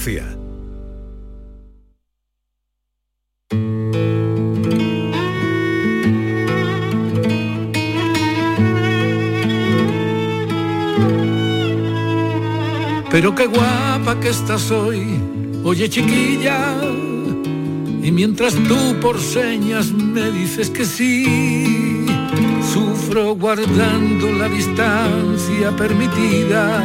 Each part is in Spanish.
Andalucía. Pero qué guapa que estás hoy, oye chiquilla. Y mientras tú por señas me dices que sí, sufro guardando la distancia permitida.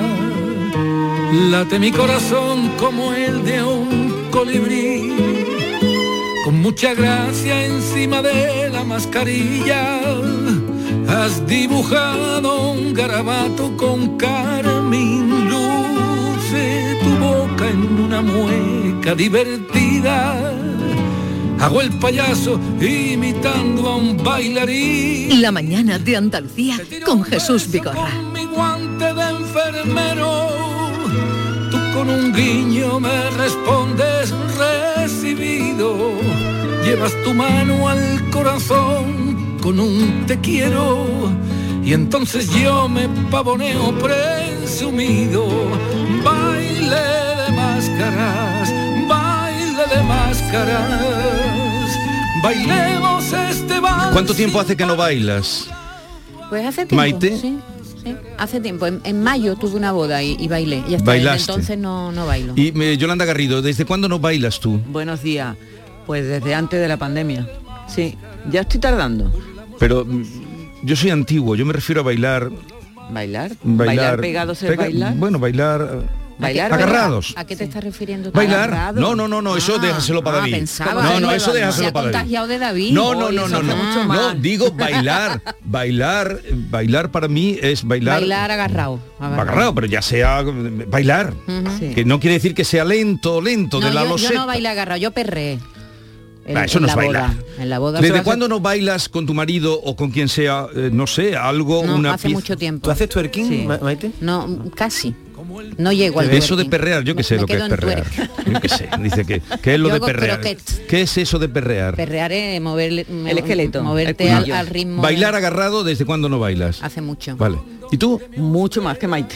Late mi corazón como el de un colibrí, con mucha gracia encima de la mascarilla. Has dibujado un garabato con carmín, luce tu boca en una mueca divertida. Hago el payaso imitando a un bailarín. La mañana de Andalucía con Jesús Vigorra. Con mi guante de enfermero, tú con un guiño me respondes recibido. Llevas tu mano al corazón con un te quiero, y entonces yo me pavoneo presumido. Baile de máscaras, baile de máscaras, bailemos este vals. ¿Cuánto tiempo hace que no bailas? Pues hace tiempo, Maite. Sí, hace tiempo. En mayo tuve una boda y bailé. Y hasta ¿Bailaste? entonces no bailo. Y Yolanda Garrido, ¿desde cuándo no bailas tú? Buenos días. Pues desde antes de la pandemia. Sí, ya estoy tardando. Pero yo soy antiguo, yo me refiero a bailar. ¿Bailar? ¿Bailar pegados es bailar? Bueno, bailar... ¿Bailar agarrados. ¿A qué te estás refiriendo? ¿Bailar? ¿Agarrado? No, eso déjaselo para David. Pensaba, no, eso déjaselo para David. Contagiado de David. No, digo bailar. Bailar para mí es bailar. Bailar agarrado. Agarrado, pero ya sea bailar. Sí. Que no quiere decir que sea lento de la loseta. Yo no bailé agarrado, yo perré. Eso no es bailar. En la boda. ¿Desde cuándo no bailas con tu marido o con quien sea, no sé, algo, no, una hace pieza? mucho tiempo. ¿Tú haces twerking, Sí. Maite? No, casi. No llego al Eso de twerking. perrear, yo que sé Me lo que es quedo en perrear. twerk. Yo que sé, dice que es lo Yo de hago perrear. croquettes. ¿Qué es eso de perrear? Perrear es mover El esqueleto. Moverte El al ritmo. Bailar agarrado, ¿desde cuándo no bailas? Hace mucho. Vale. ¿Y tú? Mucho más que Maite.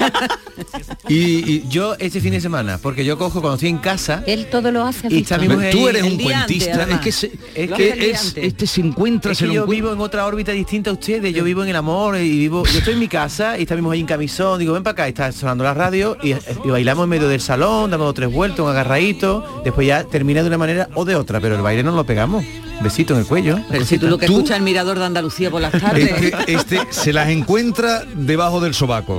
Y yo este fin de semana, porque yo cojo cuando estoy en casa. Él todo lo hace. Y está mi mujer Tú ahí eres el un día cuentista, antes, es además. que este se encuentra, Es se que lo yo encuentra. vivo en otra órbita distinta a ustedes, yo vivo en el amor y yo estoy en mi casa y está mi mujer en camisón, digo ven para acá, y está sonando la radio y bailamos en medio del salón, damos 3 vueltas, un agarradito, después ya termina de una manera o de otra, pero el baile no lo pegamos. Besito en el cuello. Pero si tú lo que escuchas el Mirador de Andalucía por las tardes. Este se las encuentra debajo del sobaco.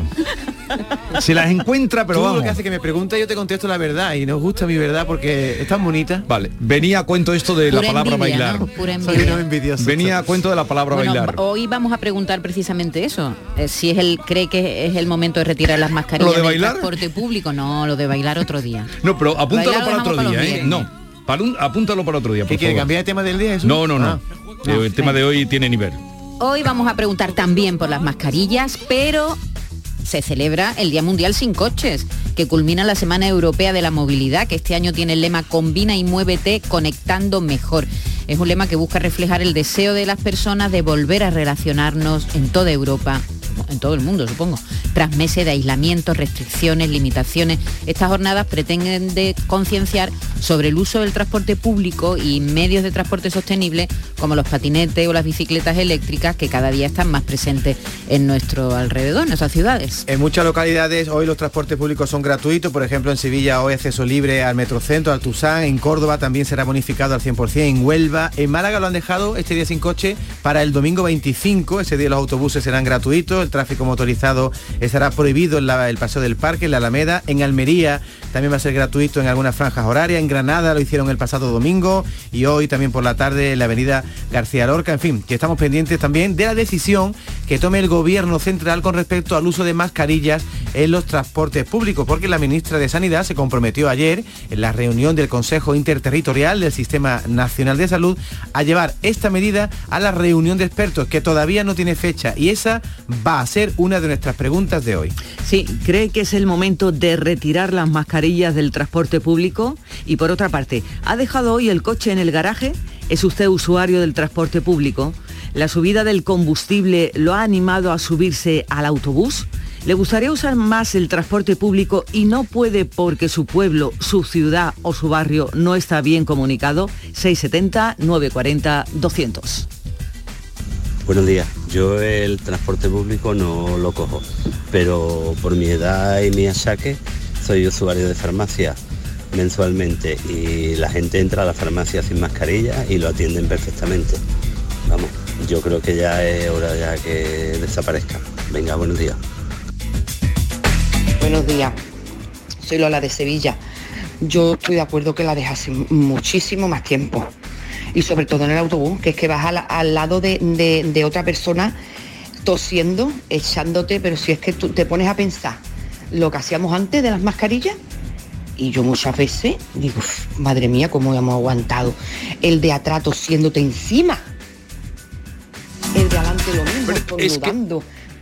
Se las encuentra, pero Tú vamos. lo que hace que me pregunta y yo te contesto la verdad y nos gusta mi verdad porque es tan bonita. Vale, venía a cuento esto de la Pura palabra envidia, bailar. ¿no? Pura Soy envidia. un envidioso. Venía a cuento de la palabra Bueno, bailar. hoy vamos a preguntar precisamente eso. Si es cree que es el momento de retirar las mascarillas ¿Lo de del bailar? transporte público. No, lo de bailar otro día. No, pero apúntalo Bailar lo para otro dejamos para día, los ¿eh? No. Apúntalo para otro día, por ¿Qué quiere favor. cambiar de tema del día? Jesús? No. Ah. El tema de hoy tiene nivel. Hoy vamos a preguntar también por las mascarillas, pero se celebra el Día Mundial Sin Coches, que culmina la Semana Europea de la Movilidad, que este año tiene el lema Combina y muévete conectando mejor. Es un lema que busca reflejar el deseo de las personas de volver a relacionarnos en toda Europa, en todo el mundo supongo, tras meses de aislamiento, restricciones, limitaciones. Estas jornadas pretenden concienciar sobre el uso del transporte público y medios de transporte sostenible como los patinetes o las bicicletas eléctricas, que cada día están más presentes en nuestro alrededor, en nuestras ciudades. En muchas localidades hoy los transportes públicos son gratuitos, por ejemplo en Sevilla hoy acceso libre al Metrocentro, al Tusán, en Córdoba también será bonificado al 100%, en Huelva, en Málaga lo han dejado este día sin coche para el domingo 25, ese día los autobuses serán gratuitos, el tráfico motorizado estará prohibido en el Paseo del Parque, en la Alameda, en Almería también va a ser gratuito en algunas franjas horarias, en Granada lo hicieron el pasado domingo y hoy también por la tarde en la avenida García Lorca, en fin, que estamos pendientes también de la decisión que tome el gobierno central con respecto al uso de mascarillas en los transportes públicos, porque la ministra de Sanidad se comprometió ayer en la reunión del Consejo Interterritorial del Sistema Nacional de Salud a llevar esta medida a la reunión de expertos que todavía no tiene fecha y esa va a ser una de nuestras preguntas de hoy. Sí, ¿cree que es el momento de retirar las mascarillas del transporte público? Y por otra parte, ¿ha dejado hoy el coche en el garaje? ¿Es usted usuario del transporte público? ¿La subida del combustible lo ha animado a subirse al autobús? ¿Le gustaría usar más el transporte público y no puede porque su pueblo, su ciudad o su barrio no está bien comunicado? 670-940-200. Buenos días. Yo el transporte público no lo cojo, pero por mi edad y mi achaque soy usuario de farmacia mensualmente y la gente entra a la farmacia sin mascarilla y lo atienden perfectamente. Vamos, yo creo que ya es hora ya que desaparezca. Venga, buenos días. Buenos días, soy Lola de Sevilla. Yo estoy de acuerdo que la dejase muchísimo más tiempo. Y sobre todo en el autobús, que es que vas al lado de otra persona tosiendo, echándote, pero si es que tú te pones a pensar lo que hacíamos antes de las mascarillas, y yo muchas veces digo, madre mía, cómo hemos aguantado el de atrás tosiéndote encima, el de adelante lo mismo, estornudando.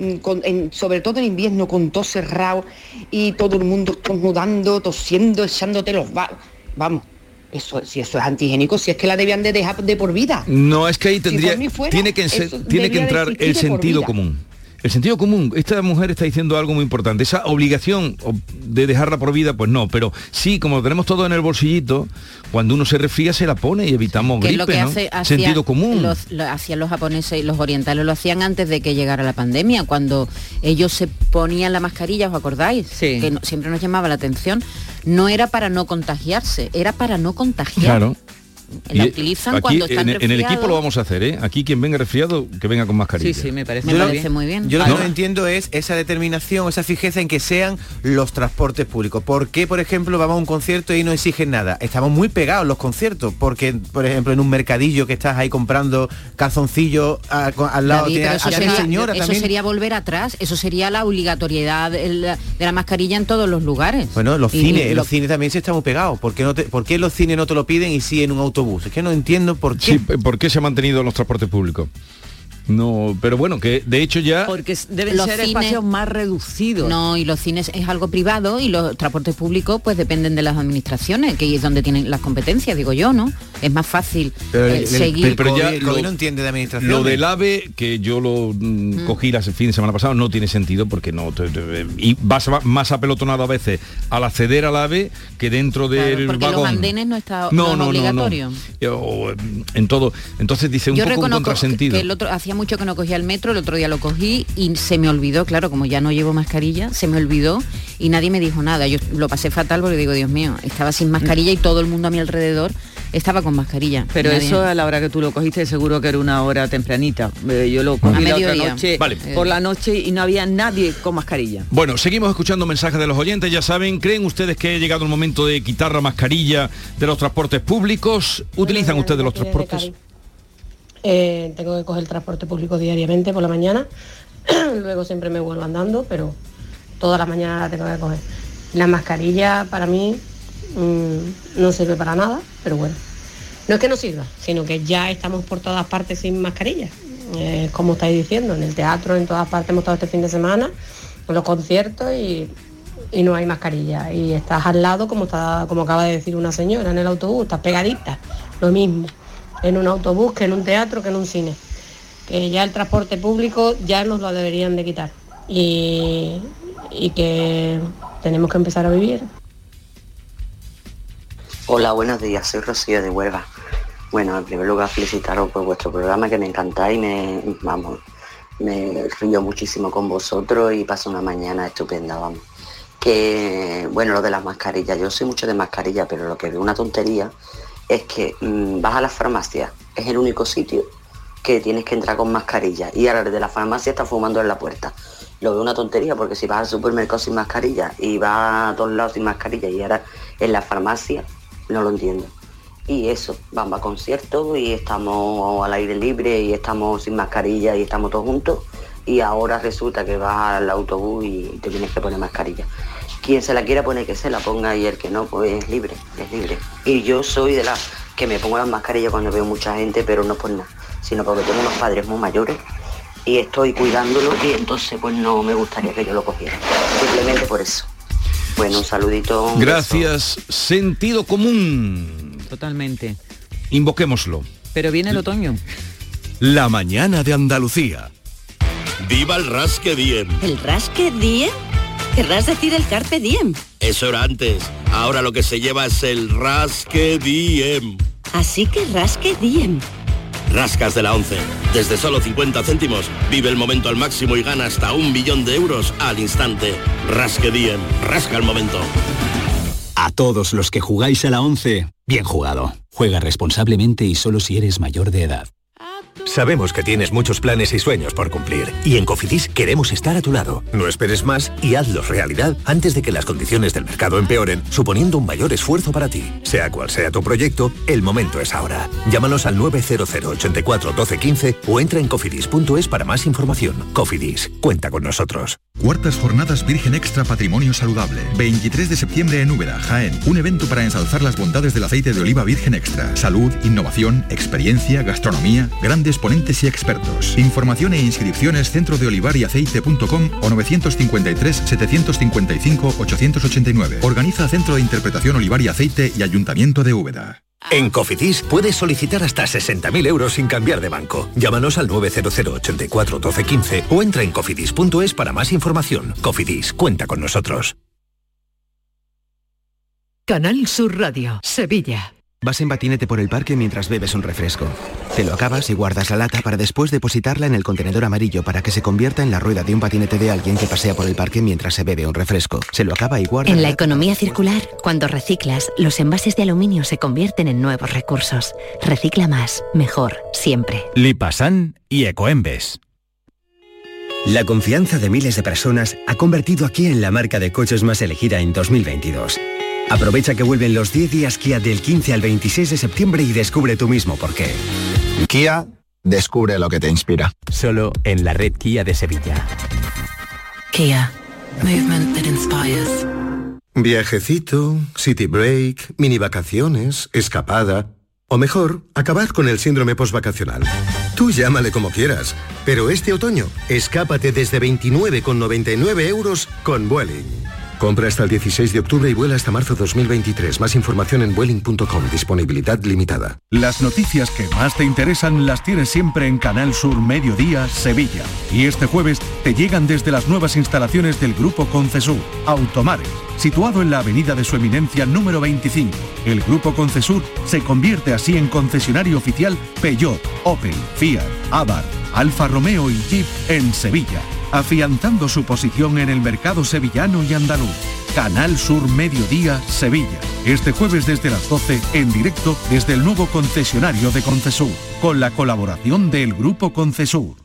Sobre todo en invierno, con tos cerrado y todo el mundo estornudando, tosiendo, echándote los vamos. Eso, si eso es antihigiénico, si es que la debían de dejar de por vida. No, es que ahí tendría, fuera, tiene que entrar el sentido común. El sentido común. Esta mujer está diciendo algo muy importante. Esa obligación de dejarla por vida, pues no. Pero sí, como lo tenemos todo en el bolsillito, cuando uno se resfría se la pone y evitamos gripe, lo que ¿no? Sentido común. Hacían los japoneses y los orientales, lo hacían antes de que llegara la pandemia, cuando ellos se ponían la mascarilla, ¿os acordáis? Sí. Que siempre nos llamaba la atención. No era para no contagiarse, era para no contagiar. Claro. La utilizan aquí, cuando están en el equipo lo vamos a hacer, ¿eh? Aquí quien venga resfriado, que venga con mascarilla. Sí, me parece muy bien. Yo lo que no entiendo es esa determinación, esa fijeza en que sean los transportes públicos. ¿Por qué, por ejemplo, vamos a un concierto y no exigen nada? Estamos muy pegados los conciertos, porque, por ejemplo, en un mercadillo que estás ahí comprando calzoncillos, al lado David, tiene señora eso también. sería volver atrás, eso sería la obligatoriedad de la mascarilla en todos los lugares. Bueno, los cines también se están muy pegados. ¿Por qué los cines no te lo piden y sí en un autobús? Es que no entiendo por qué. Sí, ¿por qué se ha mantenido los transportes públicos? No, pero bueno, que de hecho ya... Porque deben ser espacios más reducidos. No, y los cines es algo privado y los transportes públicos pues dependen de las administraciones, que es donde tienen las competencias, digo yo, ¿no? Es más fácil seguir... Pero ya lo no entiende de administración. Lo del AVE, que yo lo cogí el fin de semana pasado, no tiene sentido porque no... y vas más apelotonado a veces al acceder al AVE que dentro del porque vagón. Los andenes no está obligatorio. En todo. Entonces dice un poco un contrasentido. Que el otro hacía mucho que no cogía el metro, el otro día lo cogí y se me olvidó, claro, como ya no llevo mascarilla, se me olvidó y nadie me dijo nada. Yo lo pasé fatal porque digo, Dios mío, estaba sin mascarilla y todo el mundo a mi alrededor estaba con mascarilla. Pero eso a la hora que tú lo cogiste seguro que era una hora tempranita. Yo lo cogí la otra noche, por la noche y no había nadie con mascarilla. Bueno, seguimos escuchando mensajes de los oyentes, ya saben, ¿creen ustedes que ha llegado el momento de quitar la mascarilla de los transportes públicos? ¿Utilizan ustedes los transportes? Tengo que coger el transporte público diariamente por la mañana, luego siempre me vuelvo andando, pero toda la mañana la tengo que coger. La mascarilla para mí no sirve para nada, pero bueno, no es que no sirva, sino que ya estamos por todas partes sin mascarilla, como estáis diciendo, en el teatro, en todas partes hemos estado este fin de semana, en los conciertos y no hay mascarilla, y estás al lado, como acaba de decir una señora, en el autobús, estás pegadita, lo mismo. En un autobús, que en un teatro, que en un cine. Que ya el transporte público ya nos lo deberían de quitar. Y que tenemos que empezar a vivir. Hola, buenos días, soy Rocío de Huelva. Bueno, en primer lugar felicitaros por vuestro programa, que me encantáis, me río muchísimo con vosotros y paso una mañana estupenda, vamos. Que, bueno, lo de las mascarillas, yo soy mucho de mascarilla, pero lo que veo una tontería es que vas a la farmacia, es el único sitio que tienes que entrar con mascarilla y ahora de la farmacia está fumando en la puerta. Lo veo una tontería porque si vas al supermercado sin mascarilla y vas a todos lados sin mascarilla y ahora en la farmacia, no lo entiendo. Y eso, vamos a conciertos y estamos al aire libre y estamos sin mascarilla y estamos todos juntos y ahora resulta que vas al autobús y te tienes que poner mascarilla. Quien se la quiera poner, que se la ponga y el que no, pues es libre, es libre. Y yo soy de las que me pongo las mascarillas cuando veo mucha gente, pero no por nada, sino porque tengo unos padres muy mayores y estoy cuidándolo y entonces pues no me gustaría que yo lo cogiera. Simplemente por eso. Bueno, un saludito. Gracias. Sentido común. Totalmente. Invoquémoslo. Pero viene el otoño. La mañana de Andalucía. ¡Viva el Rasque Diem! ¿El Rasque Diem? ¿Querrás decir el Carpe Diem? Eso era antes. Ahora lo que se lleva es el Rasque Diem. Así que Rasque Diem. Rascas de la 11. Desde solo 50 céntimos, vive el momento al máximo y gana hasta 1 millón de euros al instante. Rasque Diem. Rasca el momento. A todos los que jugáis a la 11, bien jugado. Juega responsablemente y solo si eres mayor de edad. Sabemos que tienes muchos planes y sueños por cumplir y en Cofidis queremos estar a tu lado. No esperes más y hazlos realidad antes de que las condiciones del mercado empeoren, suponiendo un mayor esfuerzo para ti. Sea cual sea tu proyecto, el momento es ahora. Llámanos al 900 84 12 15 o entra en cofidis.es para más información. Cofidis, cuenta con nosotros. Cuartas Jornadas Virgen Extra Patrimonio Saludable. 23 de septiembre en Úbeda, Jaén. Un evento para ensalzar las bondades del aceite de oliva virgen extra. Salud, innovación, experiencia, gastronomía, grandes ponentes y expertos. Información e inscripciones centrodeolivariaceite.com o 953 755 889. Organiza Centro de Interpretación Olivar y Aceite y Ayuntamiento de Úbeda. En Cofidis puedes solicitar hasta 60.000 euros sin cambiar de banco. Llámanos al 900 84 12 15 o entra en cofidis.es para más información. Cofidis, cuenta con nosotros. Canal Sur Radio, Sevilla. Vas en patinete por el parque mientras bebes un refresco. Te lo acabas y guardas la lata para después depositarla en el contenedor amarillo para que se convierta en la rueda de un patinete de alguien que pasea por el parque mientras se bebe un refresco. Se lo acaba y guarda. En la economía circular, cuando reciclas, los envases de aluminio se convierten en nuevos recursos. Recicla más, mejor, siempre. Lipasan y Ecoembes. La confianza de miles de personas ha convertido a Kia en la marca de coches más elegida en 2022. Aprovecha que vuelven los 10 días Kia del 15 al 26 de septiembre y descubre tú mismo por qué. Kia, descubre lo que te inspira. Solo en la red Kia de Sevilla. Kia, movement that inspires. Viajecito, city break, mini vacaciones, escapada... O mejor, acabar con el síndrome postvacacional. Tú llámale como quieras, pero este otoño, escápate desde 29,99 € con Vueling. Compra hasta el 16 de octubre y vuela hasta marzo 2023. Más información en Vueling.com. Disponibilidad limitada. Las noticias que más te interesan las tienes siempre en Canal Sur Mediodía, Sevilla. Y este jueves te llegan desde las nuevas instalaciones del Grupo Concesur, Automares, situado en la avenida de su eminencia número 25. El Grupo Concesur se convierte así en concesionario oficial Peugeot, Opel, Fiat, Abarth, Alfa Romeo y Jeep en Sevilla, afianzando su posición en el mercado sevillano y andaluz. Canal Sur Mediodía, Sevilla. Este jueves desde las 12, en directo desde el nuevo concesionario de Concesur, con la colaboración del Grupo Concesur.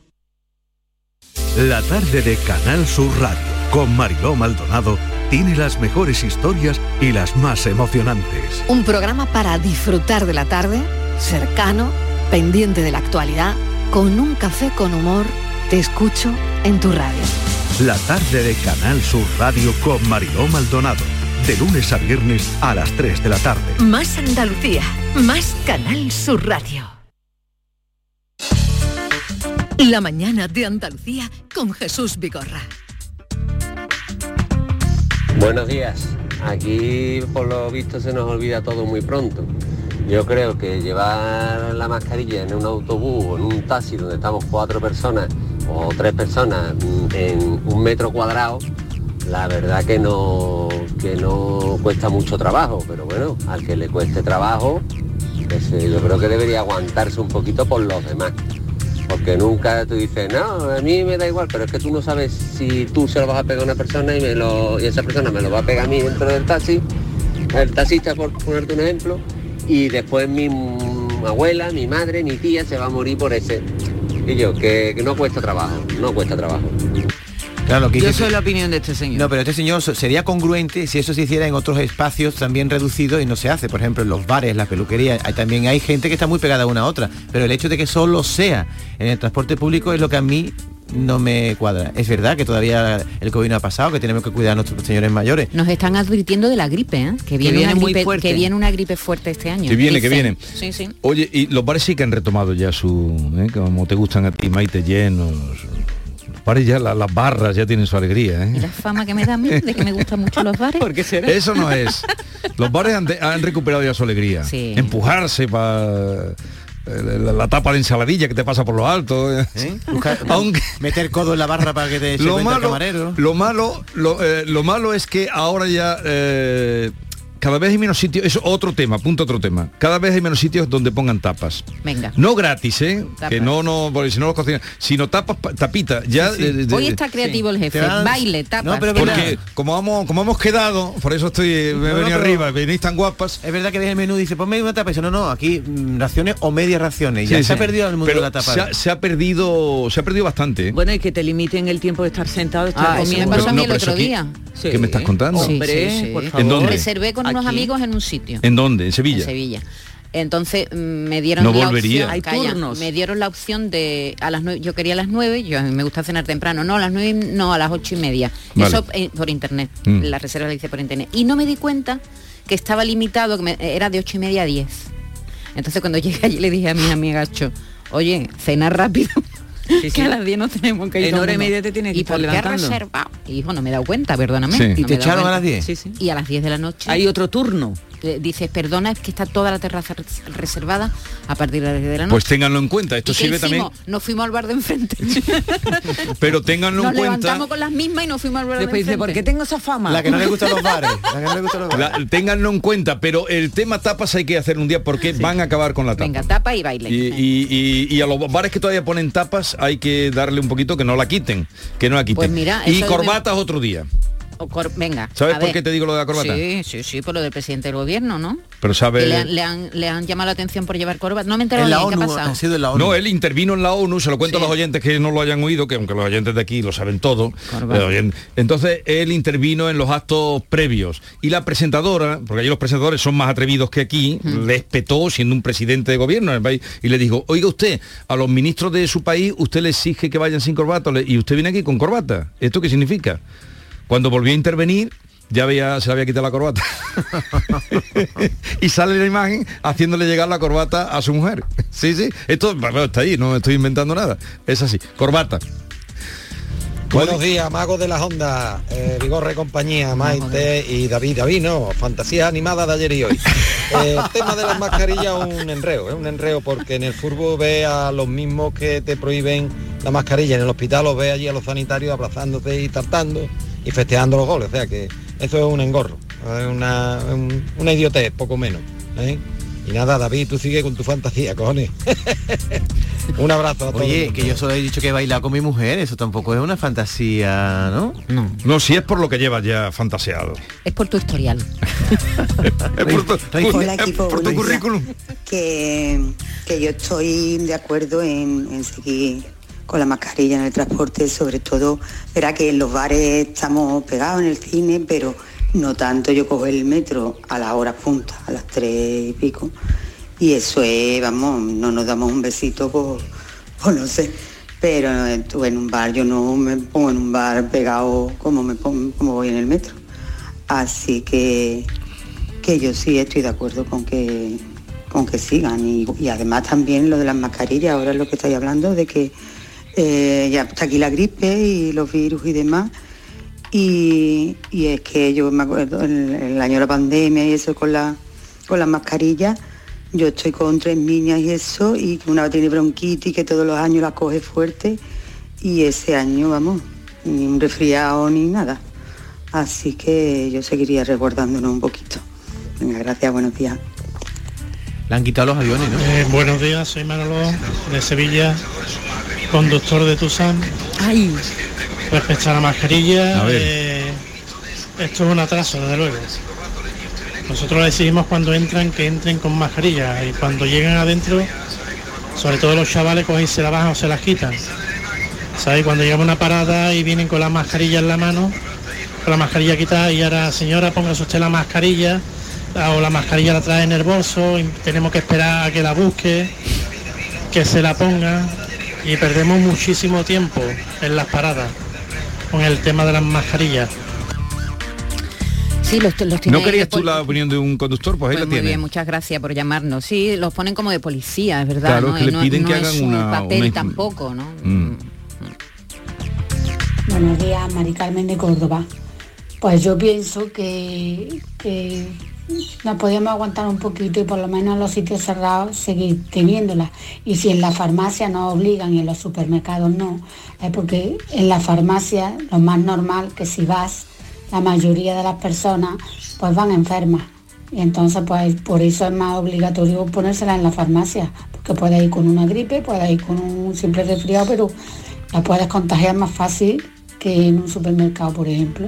La tarde de Canal Sur Radio, con Mariló Maldonado, tiene las mejores historias y las más emocionantes. Un programa para disfrutar de la tarde, cercano, pendiente de la actualidad, con un café con humor. Te escucho en tu radio. La tarde de Canal Sur Radio con Mariló Maldonado. De lunes a viernes a las 3 de la tarde. Más Andalucía, más Canal Sur Radio. La mañana de Andalucía con Jesús Vigorra. Buenos días. Aquí por lo visto se nos olvida todo muy pronto. Yo creo que llevar la mascarilla en un autobús o en un taxi donde estamos 4 personas o 3 personas en 1 metro cuadrado, la verdad que no cuesta mucho trabajo, pero bueno, al que le cueste trabajo, pues, yo creo que debería aguantarse un poquito por los demás. Porque nunca tú dices, no, a mí me da igual, pero es que tú no sabes si tú se lo vas a pegar a una persona y esa persona me lo va a pegar a mí dentro del taxi, el taxista, por ponerte un ejemplo, y después mi abuela, mi madre, mi tía se va a morir por ese. Y yo, que no cuesta trabajo, no cuesta trabajo. Claro, lo que yo soy la opinión de este señor. No, pero este señor sería congruente si eso se hiciera en otros espacios también reducidos y no se hace. Por ejemplo, en los bares, las peluquerías, también hay gente que está muy pegada una a otra. Pero el hecho de que solo sea en el transporte público es lo que a mí no me cuadra. Es verdad que todavía el COVID no ha pasado, que tenemos que cuidar a nuestros señores mayores. Nos están advirtiendo de la gripe, ¿eh? que viene una gripe fuerte este año. Que viene. Sí, sí. Oye, y los bares sí que han retomado ya su, como te gustan a ti, Maite, llenos. Los bares ya, las barras ya tienen su alegría, ¿eh? ¿Y la fama que me da a mí de que me gustan mucho los bares? ¿Por qué será? Eso no es. Los bares han recuperado ya su alegría. Sí. Empujarse para la tapa de ensaladilla que te pasa por los altos. Aunque meter codo en la barra para que te eche cuenta el camarero. Lo malo es que ahora ya cada vez hay menos sitios, eso otro tema, cada vez hay menos sitios donde pongan tapas. Venga. No gratis, que no, porque si no los cocinan, sino tapitas. Ya. Hoy está creativo el jefe, baile, tapas. Porque como hemos quedado, por eso me venía arriba, venís tan guapas. Es verdad que ves el menú, dice, ponme una tapa, y dice, no, aquí raciones o medias raciones. Ya se ha perdido el mundo de la tapa. Se ha perdido bastante. Bueno, y que te limiten el tiempo de estar sentado, estar comiendo. Eso me pasó a mí el otro día. ¿Qué me estás contando? Hombre, por favor. ¿En dónde? Reservé con unos amigos en un sitio. ¿En dónde? ¿En Sevilla? En Sevilla. Entonces me dieron la opción, hay turnos. me dieron la opción de a las 9, yo quería a las 9, a mí me gusta cenar temprano, no a las 9, no, a las 8:30. Vale. Eso por internet, la reserva la hice por internet. Y no me di cuenta que estaba limitado, era de 8:30 a 10. Entonces cuando llegué allí le dije a mi amigacho, oye, cenar rápido. Que a las 10 no tenemos que ir. En hora y media te tienes que estar levantando. ¿Y por qué has reservado? Y dijo, no me he dado cuenta, perdóname. Sí. No ¿Y te echaron a las 10? Sí. Y a las 10 de la noche. Hay otro turno. Dices, perdona, es que está toda la terraza reservada a partir de las 10 de la noche. Pues ténganlo en cuenta, esto sirve también. Nos fuimos al bar de enfrente. Pero ténganlo en cuenta. Nos levantamos con las mismas y nos fuimos al bar de enfrente. Después dice, ¿por qué tengo esa fama? La que no le gustan los bares. Ténganlo en cuenta, pero el tema tapas hay que hacer un día porque van a acabar con la tapa. Venga, tapa y baile. Y a los bares que todavía ponen tapas hay que darle un poquito que no la quiten. Pues mira, y corbatas otro día. Venga. ¿Sabes por qué te digo lo de la corbata? Sí, por lo del presidente del gobierno, ¿no? Pero sabe. Le han llamado la atención por llevar corbata. No me entero bien qué ha pasado. Ha sido en la ONU. No, él intervino en la ONU, se lo cuento a los oyentes que no lo hayan oído, que aunque los oyentes de aquí lo saben todo. Entonces él intervino en los actos previos. Y la presentadora, porque allí los presentadores son más atrevidos que aquí, le espetó siendo un presidente de gobierno en el país, y le dijo, oiga usted, a los ministros de su país usted le exige que vayan sin corbata, y usted viene aquí con corbata. ¿Esto qué significa? Cuando volvió a intervenir, se le había quitado la corbata. Y sale la imagen haciéndole llegar la corbata a su mujer. Sí. Esto está ahí, no estoy inventando nada. Es así, corbata. Buenos días, magos de las ondas, Vigorre compañía, Maite y David, fantasía animada de ayer y hoy. El tema de las mascarillas es un enreo porque en el fútbol ve a los mismos que te prohíben la mascarilla, en el hospital los ve allí a los sanitarios abrazándose y tratando y festeando los goles, o sea que eso es un engorro, es una idiotez, poco menos. Y nada, David, tú sigue con tu fantasía, cojones. Un abrazo a todos. Oye, que yo solo he dicho que he bailado con mi mujer, eso tampoco es una fantasía, ¿no? No, si es por lo que llevas ya fantaseado. Es por tu historial. Hola, equipo, por tu currículum. Que yo estoy de acuerdo en seguir con la mascarilla en el transporte, sobre todo, verá que en los bares estamos pegados, en el cine, pero no tanto. Yo cojo el metro a la hora punta, a las 3 y pico, y eso es, vamos, no nos damos un besito por no sé, pero estuve en un bar, yo no me pongo en un bar pegado como voy en el metro, así que yo sí estoy de acuerdo con que sigan, y además también lo de las mascarillas, ahora es lo que estáis hablando, de que ya está aquí la gripe y los virus y demás, y es que yo me acuerdo el año de la pandemia y eso con las mascarillas, yo estoy con 3 niñas y eso, y una tiene bronquitis que todos los años la coge fuerte, y ese año, vamos, ni un resfriado ni nada, así que yo seguiría resguardándonos un poquito. Venga, gracias, buenos días. Le han quitado los aviones, ¿no? Buenos días, soy Manolo de Sevilla, conductor de Tucson. Ay. Respecto a la mascarilla, esto es un atraso, desde luego. Nosotros les decimos cuando entran que entren con mascarilla, y cuando llegan adentro, sobre todo los chavales, cogen y se la bajan o se las quitan. ¿Sabes? Cuando llegamos a una parada y vienen con la mascarilla en la mano, con la mascarilla quitada, y ahora, señora, póngase usted la mascarilla, o la mascarilla la trae en el bolso, y tenemos que esperar a que la busque, que se la ponga, y perdemos muchísimo tiempo en las paradas con el tema de las mascarillas. Sí, los tiene. ¿No querías tú la opinión de un conductor? Pues ahí la tienes. Muy bien, muchas gracias por llamarnos. Sí, los ponen como de policía, es verdad. Claro, ¿no? que le piden que hagan un papel tampoco, ¿no? Buenos días, Mari Carmen de Córdoba. Pues yo pienso que nos podíamos aguantar un poquito y por lo menos en los sitios cerrados seguir teniéndolas. Y si en la farmacia nos obligan y en los supermercados no, es porque en la farmacia lo más normal que si vas, la mayoría de las personas pues van enfermas. Y entonces pues por eso es más obligatorio ponérsela en la farmacia, porque puedes ir con una gripe, puedes ir con un simple resfriado, pero la puedes contagiar más fácil que en un supermercado, por ejemplo.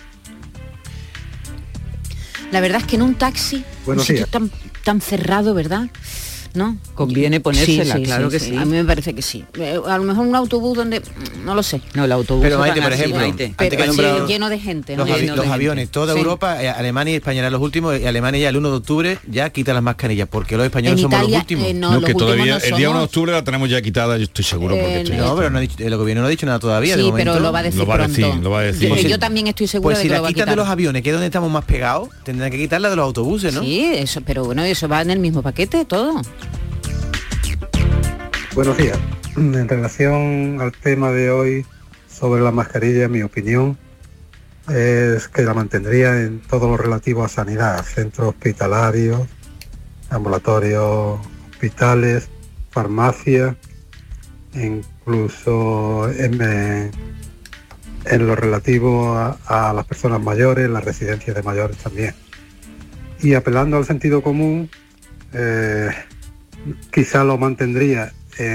La verdad es que en un taxi, un sitio tan cerrado, ¿verdad? ¿No? Conviene ponérsela, claro que sí. A mí me parece que sí. A lo mejor un autobús donde, no lo sé. No, el autobús. Pero Maite, por ejemplo, pero lleno de gente. Los aviones, toda Europa, Alemania y España eran los últimos, y Alemania ya el 1 de octubre ya quita las mascarillas, porque los españoles somos los últimos. No, que todavía el día 1 de octubre la tenemos ya quitada, yo estoy seguro. No, pero el gobierno no ha dicho nada todavía. Sí, de momento, pero lo va a decir pronto. Lo va a decir. Yo también estoy segura de que lo va a quitar. Pues si la quitan de los aviones, que es donde estamos más pegados, tendrán que quitarla de los autobuses, ¿no? Sí, eso, pero bueno, eso va en el mismo paquete, todo. Buenos días. En relación al tema de hoy sobre la mascarilla, mi opinión es que la mantendría en todo lo relativo a sanidad, centros hospitalarios, ambulatorios, hospitales, farmacias, incluso en lo relativo a las personas mayores, las residencias de mayores también. Y apelando al sentido común, quizá lo mantendría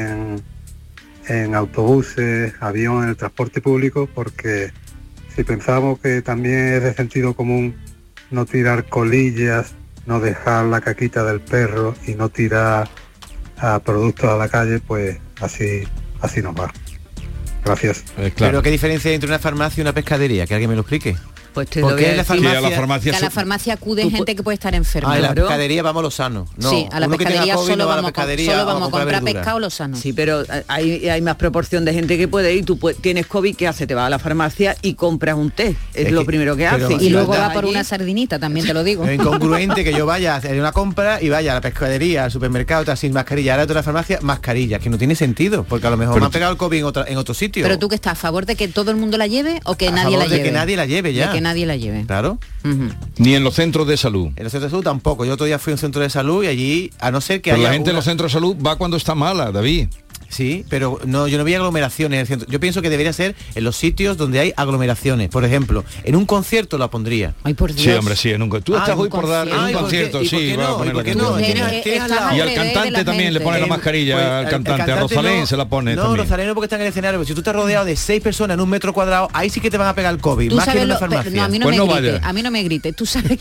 en autobuses, avión, en el transporte público, porque si pensamos que también es de sentido común no tirar colillas, no dejar la caquita del perro y no tirar productos a la calle, pues así nos va. Gracias. Claro. Pero ¿qué diferencia hay entre una farmacia y una pescadería? Que alguien me lo explique. Pues te lo voy a decir. A la farmacia acude gente que puede estar enferma. A la pescadería vamos los sanos. No, sí, a la pescadería solo vamos a comprar pescado los sanos. Sí, pero hay más proporción de gente que puede ir. Tú tienes COVID, ¿qué hace? Te vas a la farmacia y compras un té. Es lo primero que hace. Y luego va por una sardinita, también te lo digo. Es incongruente que yo vaya a hacer una compra y vaya a la pescadería, al supermercado, sin mascarilla. Ahora a la farmacia, mascarilla, que no tiene sentido, porque a lo mejor me han pegado el COVID en otro sitio. Pero tú que estás a favor de que todo el mundo la lleve o que nadie la lleve. De que nadie la lleve ya. De que nadie la lleve. Claro. Ni en los centros de salud. En los centros de salud tampoco. Yo otro día fui a un centro de salud y allí, a no ser que pero la gente en los centros de salud va cuando está mala, David. Sí, pero no, yo no vi aglomeraciones en el centro. Yo pienso que debería ser en los sitios donde hay aglomeraciones. Por ejemplo, en un concierto la pondría. Ay, por Dios. Sí, hombre, sí, en un concierto. Tú estás hoy por dar en un concierto, sí, va a poner la mascarilla. Y al cantante también le pone la mascarilla al cantante. A Rosalén se la pone también. No, Rosalén no, porque está en el escenario. Pero si tú estás rodeado de 6 personas en un metro cuadrado, ahí sí que te van a pegar el COVID. Más que en una farmacia. No, a mí no me grites. Tú sabes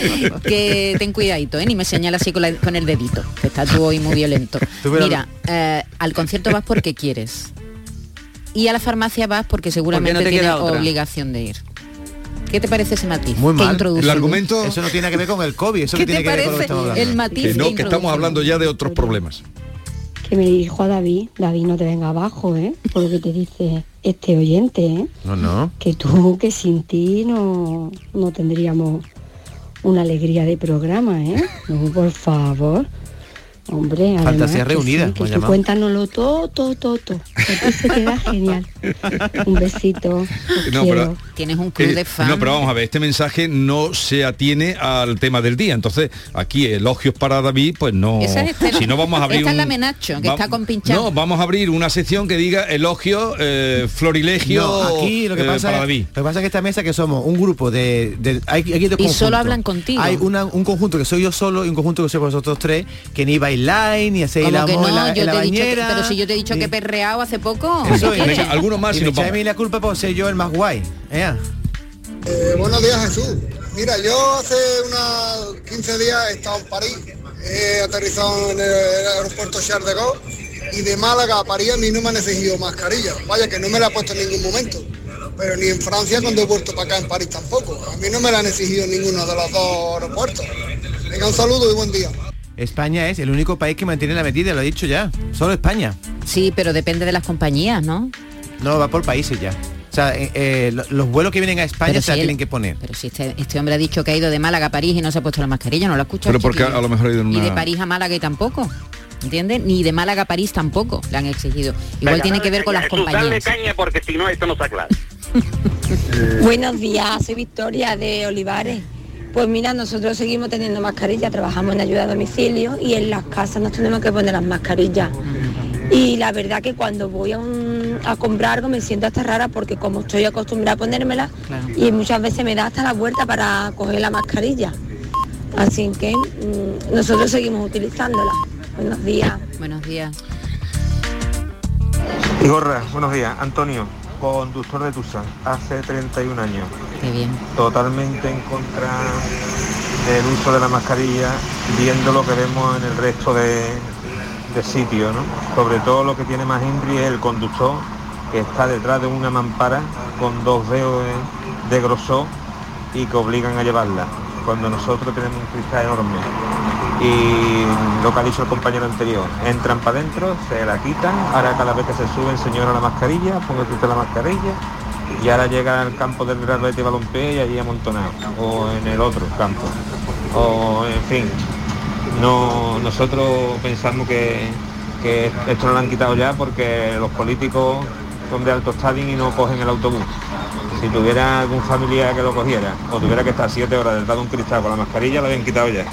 que ten cuidadito, ni me señalas así con el dedito. Que estás tú hoy muy violento. Mira, al concierto vas porque quieres. Y a la farmacia vas porque seguramente tienes obligación de ir. ¿Qué te parece ese matiz? Muy mal. El argumento... Eso no tiene que ver con el COVID. Eso ¿Qué tiene que ver con lo que estamos hablando? El matiz que estamos hablando ya de otros problemas. Que me dirijo a David. David, no te venga abajo, por lo que te dice este oyente, No. Que tú, que sin ti no tendríamos una alegría de programa, No, por favor. Hombre, Fantasía reunida. Sí, que cuéntanoslo todo. Aquí se queda genial. Un besito. Pero tienes un club de fans. No, pero vamos a ver, este mensaje no se atiene al tema del día. Entonces, aquí elogios para David, pues no. Si no vamos a abrir. Esta es la Menacho, que está con pinchado. No, vamos a abrir una sección que diga elogio, florilegio. No, aquí lo que pasa para David. Lo que pasa es que esta mesa que somos un grupo de hay dos conjuntos. Y solo hablan contigo. Hay un conjunto que soy yo solo y un conjunto que soy vosotros tres, que ni bailáis ni hacéis el amor en la bañera. Pero si yo te he dicho que he perreado hace poco. Eso es. Venga, algunos más. Y me echáis a mí la culpa por ser yo el más guay. Buenos días, Jesús. Mira, yo hace unos 15 días he estado en París. He aterrizado en el aeropuerto Charles de Gaulle y de Málaga a París a mí no me han exigido mascarilla. Vaya, que no me la he puesto en ningún momento. Pero ni en Francia cuando he vuelto para acá en París tampoco. A mí no me la han exigido en ninguno de los dos aeropuertos. Venga, un saludo y buen día. España es el único país que mantiene la medida, lo he dicho ya. Solo España. Sí, pero depende de las compañías, ¿no? No, va por países ya. O sea, los vuelos que vienen a España se la tienen que poner. Pero si este hombre ha dicho que ha ido de Málaga a París y no se ha puesto la mascarilla, no lo ha escuchado. Pero porque a lo mejor ha ido en una... Y de París a Málaga y tampoco. ¿Entiendes? Ni de Málaga a París tampoco le han exigido. Igual tiene que ver con las compañías. Dale caña porque si no esto no está claro. Buenos días, soy Victoria de Olivares. Pues mira, nosotros seguimos teniendo mascarillas, trabajamos en ayuda a domicilio y en las casas nos tenemos que poner las mascarillas. Y la verdad que cuando voy a comprar algo me siento hasta rara porque como estoy acostumbrada a ponérmela, y muchas veces me da hasta la vuelta para coger la mascarilla. Así que nosotros seguimos utilizándola. Buenos días. Buenos días. Igorra, buenos días. Antonio, conductor de Tucson, hace 31 años. Qué bien. Totalmente en contra del uso de la mascarilla, viendo lo que vemos en el resto de sitios, ¿no? Sobre todo lo que tiene más inri es el conductor, que está detrás de una mampara con 2 dedos de grosor y que obligan a llevarla, cuando nosotros tenemos un cristal enorme. Y lo que ha dicho el compañero anterior, entran para adentro, se la quitan, ahora cada vez que se suben señora la mascarilla, póngase usted la mascarilla, y ahora llega al campo del Real Betis Balompié y allí amontonado, o en el otro campo, o en fin. No, nosotros pensamos que esto no lo han quitado ya porque los políticos son de alto standing y no cogen el autobús. Si tuviera algún familiar que lo cogiera o tuviera que estar 7 horas detrás de un cristal con la mascarilla, lo habían quitado ya.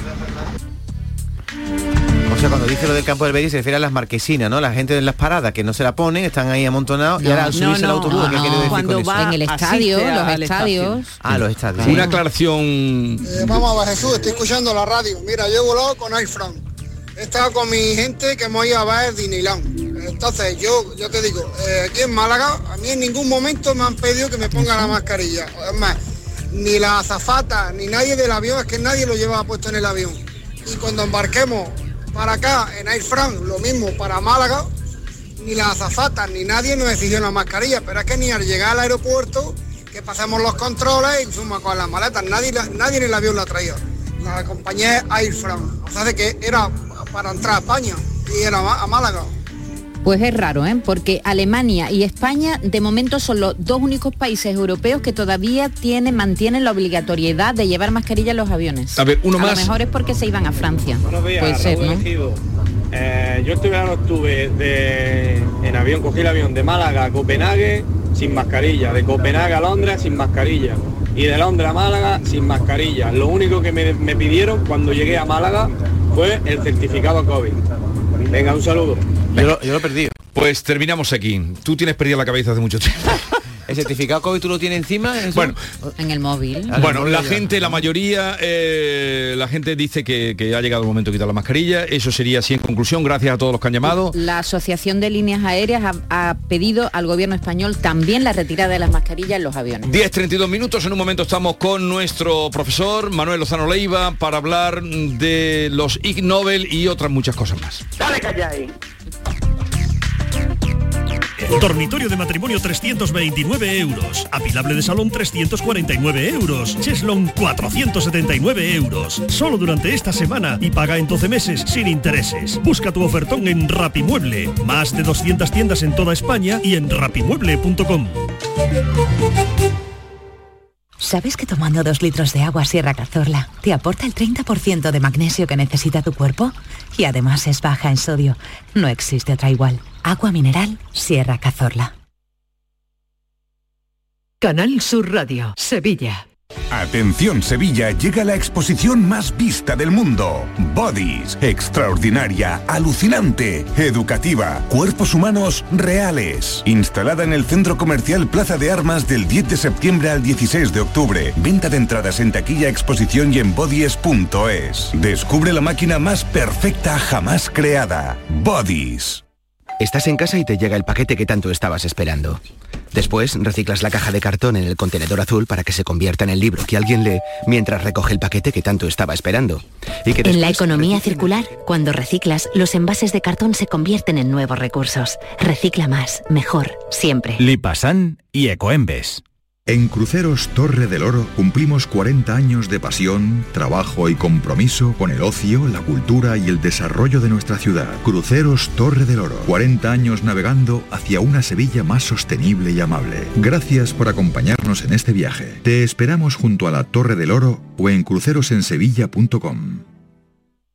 O sea, cuando dice lo del campo del Betis se refiere a las marquesinas, ¿no? La gente en las paradas que no se la ponen, están ahí amontonados y ahora al subirse el autobús, ¿qué quiere decir cuando con va eso? en el estadio, los estadios. Los estadios. Una aclaración. Vamos a ver, Jesús, estoy escuchando la radio. Mira, yo he volado con Air France. He estado con mi gente que hemos ido a ver Disneyland. Entonces, yo te digo, aquí en Málaga, a mí en ningún momento me han pedido que me ponga la mascarilla. Es más, ni la azafata, ni nadie del avión, es que nadie lo llevaba puesto en el avión. Y cuando embarquemos para acá, en Air France, lo mismo para Málaga, ni las azafatas, ni nadie nos exigió la mascarilla, pero es que ni al llegar al aeropuerto, que pasamos los controles y fuimos con las maletas, nadie en el avión la traía. La compañía es Air France, o sea, de que era para entrar a España y era a Málaga. Pues es raro, porque Alemania y España de momento son los 2 únicos países europeos que todavía mantienen la obligatoriedad de llevar mascarilla en los aviones. A ver, uno más. A lo mejor es porque se iban a Francia. Buenos días, puede ser, ¿no? Yo este verano estuve en avión, cogí el avión de Málaga a Copenhague sin mascarilla, de Copenhague a Londres sin mascarilla y de Londres a Málaga sin mascarilla. Lo único que me pidieron cuando llegué a Málaga fue el certificado COVID. Venga, un saludo. Yo lo he perdido. Pues terminamos aquí. Tú tienes perdida la cabeza hace mucho tiempo. ¿El certificado COVID tú lo tienes encima? ¿Eso? Bueno, en el móvil. Bueno, la gente, la mayoría, la gente dice que ha llegado el momento de quitar la mascarilla. Eso sería así en conclusión. Gracias a todos los que han llamado. La Asociación de Líneas Aéreas ha pedido al gobierno español también la retirada de las mascarillas en los aviones. 10:32 minutos. En un momento estamos con nuestro profesor Manuel Lozano Leiva para hablar de los Ig Nobel y otras muchas cosas más. Dale, calla ahí. Dormitorio de matrimonio 329 euros. Apilable de salón 349 euros. Cheslon 479 euros. Solo durante esta semana y paga en 12 meses sin intereses. Busca tu ofertón en Rapimueble. Más de 200 tiendas en toda España y en rapimueble.com. ¿Sabes que tomando 2 litros de agua Sierra Cazorla te aporta el 30% de magnesio que necesita tu cuerpo? Y además es baja en sodio. No existe otra igual. Agua mineral Sierra Cazorla. Canal Sur Radio, Sevilla. Atención Sevilla, llega la exposición más vista del mundo. Bodies, extraordinaria, alucinante, educativa, cuerpos humanos reales. Instalada en el Centro Comercial Plaza de Armas del 10 de septiembre al 16 de octubre. Venta de entradas en taquilla, exposición y en bodies.es. Descubre la máquina más perfecta jamás creada. Bodies. Estás en casa y te llega el paquete que tanto estabas esperando. Después reciclas la caja de cartón en el contenedor azul para que se convierta en el libro que alguien lee mientras recoge el paquete que tanto estaba esperando. Y que en la economía circular, cuando reciclas, los envases de cartón se convierten en nuevos recursos. Recicla más, mejor, siempre. Lipasan y Ecoembes. En Cruceros Torre del Oro cumplimos 40 años de pasión, trabajo y compromiso con el ocio, la cultura y el desarrollo de nuestra ciudad. Cruceros Torre del Oro, 40 años navegando hacia una Sevilla más sostenible y amable. Gracias por acompañarnos en este viaje. Te esperamos junto a la Torre del Oro o en crucerosensevilla.com.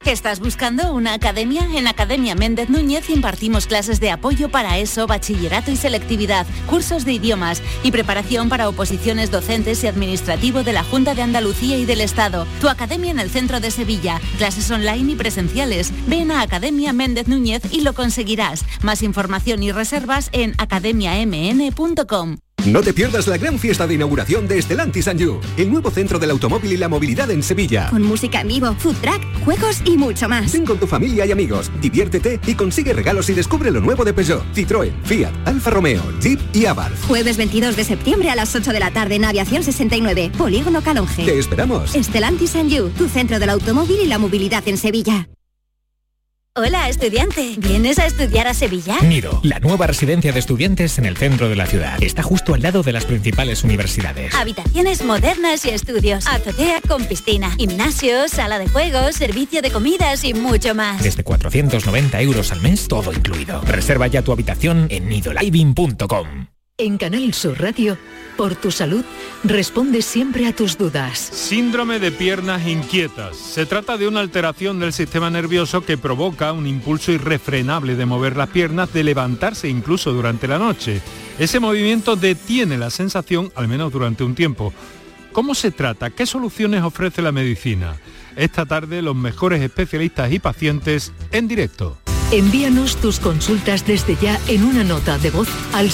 ¿Estás buscando una academia? En Academia Méndez Núñez impartimos clases de apoyo para ESO, bachillerato y selectividad, cursos de idiomas y preparación para oposiciones docentes y administrativo de la Junta de Andalucía y del Estado. Tu academia en el centro de Sevilla, clases online y presenciales. Ven a Academia Méndez Núñez y lo conseguirás. Más información y reservas en academiamn.com. No te pierdas la gran fiesta de inauguración de Stellantis & You, el nuevo centro del automóvil y la movilidad en Sevilla. Con música en vivo, food truck, juegos y mucho más. Ven con tu familia y amigos, diviértete y consigue regalos y descubre lo nuevo de Peugeot, Citroën, Fiat, Alfa Romeo, Jeep y Abarth. Jueves 22 de septiembre a las 8 de la tarde en Aviación 69, Polígono Calonge. Te esperamos. Stellantis & You, tu centro del automóvil y la movilidad en Sevilla. Hola, estudiante. ¿Vienes a estudiar a Sevilla? Nido, la nueva residencia de estudiantes en el centro de la ciudad. Está justo al lado de las principales universidades. Habitaciones modernas y estudios. Azotea con piscina, gimnasio, sala de juegos, servicio de comidas y mucho más. Desde 490 euros al mes, todo incluido. Reserva ya tu habitación en nidoliving.com. En Canal Sur Radio, por tu salud, responde siempre a tus dudas. Síndrome de piernas inquietas. Se trata de una alteración del sistema nervioso que provoca un impulso irrefrenable de mover las piernas, de levantarse incluso durante la noche. Ese movimiento detiene la sensación, al menos durante un tiempo. ¿Cómo se trata? ¿Qué soluciones ofrece la medicina? Esta tarde, los mejores especialistas y pacientes en directo. Envíanos tus consultas desde ya en una nota de voz al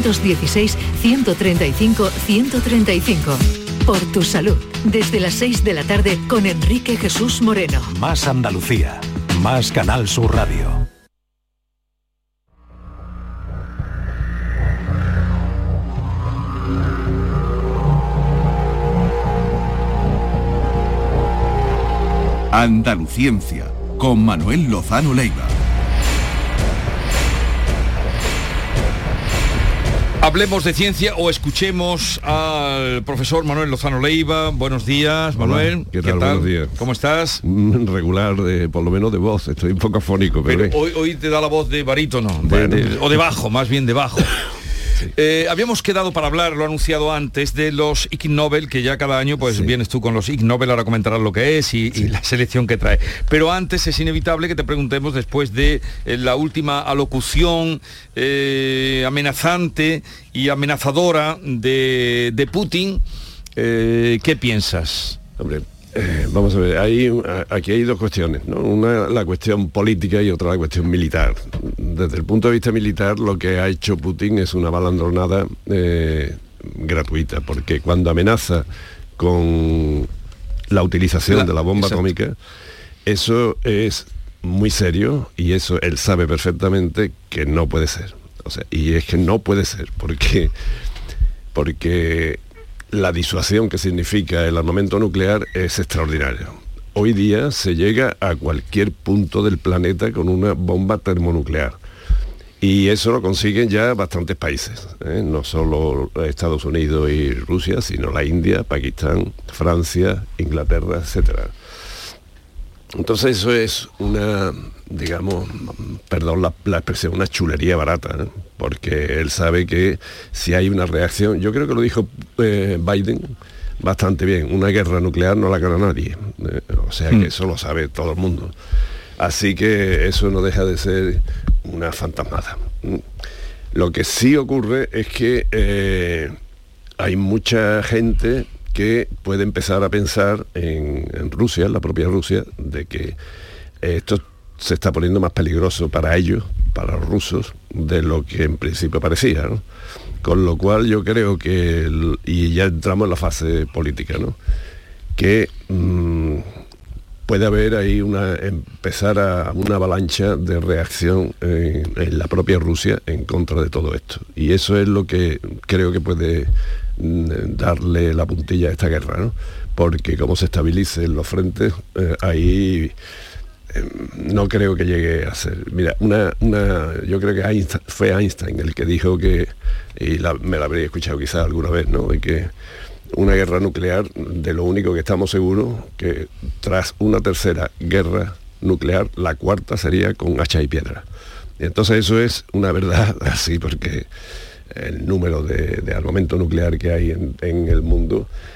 616-135-135. Por tu salud, desde las 6 de la tarde con Enrique Jesús Moreno. Más Andalucía, más Canal Sur Radio. Andaluciencia, con Manuel Lozano Leiva. Hablemos de ciencia o escuchemos al profesor Manuel Lozano Leiva. Buenos días, Manuel. Hola, ¿qué tal? Buenos días. ¿Cómo estás? Regular, por lo menos de voz. Estoy un poco afónico. Pero hoy te da la voz de barítono, o de bajo, más bien de bajo. Sí. Habíamos quedado para hablar, lo he anunciado antes, de los Ig Nobel, que ya cada año pues vienes tú con los Ig Nobel, ahora comentarás lo que es y la selección que trae. Pero antes es inevitable que te preguntemos, después de la última alocución amenazante y amenazadora de Putin, ¿qué piensas? Hombre, vamos a ver, aquí hay dos cuestiones, ¿no? Una la cuestión política y otra la cuestión militar. Desde el punto de vista militar, lo que ha hecho Putin es una balandronada gratuita, porque cuando amenaza con la utilización de la bomba atómica, eso es muy serio y eso él sabe perfectamente que no puede ser. O sea, y es que no puede ser, porque la disuasión que significa el armamento nuclear es extraordinario. Hoy día se llega a cualquier punto del planeta con una bomba termonuclear. Y eso lo consiguen ya bastantes países, no solo Estados Unidos y Rusia, sino la India, Pakistán, Francia, Inglaterra, etcétera. Entonces eso es una, digamos, perdón la expresión, una chulería barata, ¿no? Porque él sabe que si hay una reacción, yo creo que lo dijo Biden bastante bien, una guerra nuclear no la gana nadie, o sea que eso lo sabe todo el mundo. Así que eso no deja de ser una fantasmada. Lo que sí ocurre es que hay mucha gente que puede empezar a pensar en Rusia, en la propia Rusia, de que esto se está poniendo más peligroso para ellos, para los rusos, de lo que en principio parecía, ¿no? Con lo cual yo creo que, y ya entramos en la fase política, ¿no? Que puede haber ahí una avalancha de reacción en la propia Rusia en contra de todo esto. Y eso es lo que creo que puede darle la puntilla a esta guerra, ¿no? Porque como se estabilicen los frentes, ahí no creo que llegue a ser. Mira, yo creo que fue Einstein el que dijo que, y me la habría escuchado quizás alguna vez, ¿no? De que una guerra nuclear, de lo único que estamos seguros, que tras una tercera guerra nuclear, la cuarta sería con hacha y piedra. Y entonces eso es una verdad así, porque el número de armamento nuclear que hay en el mundo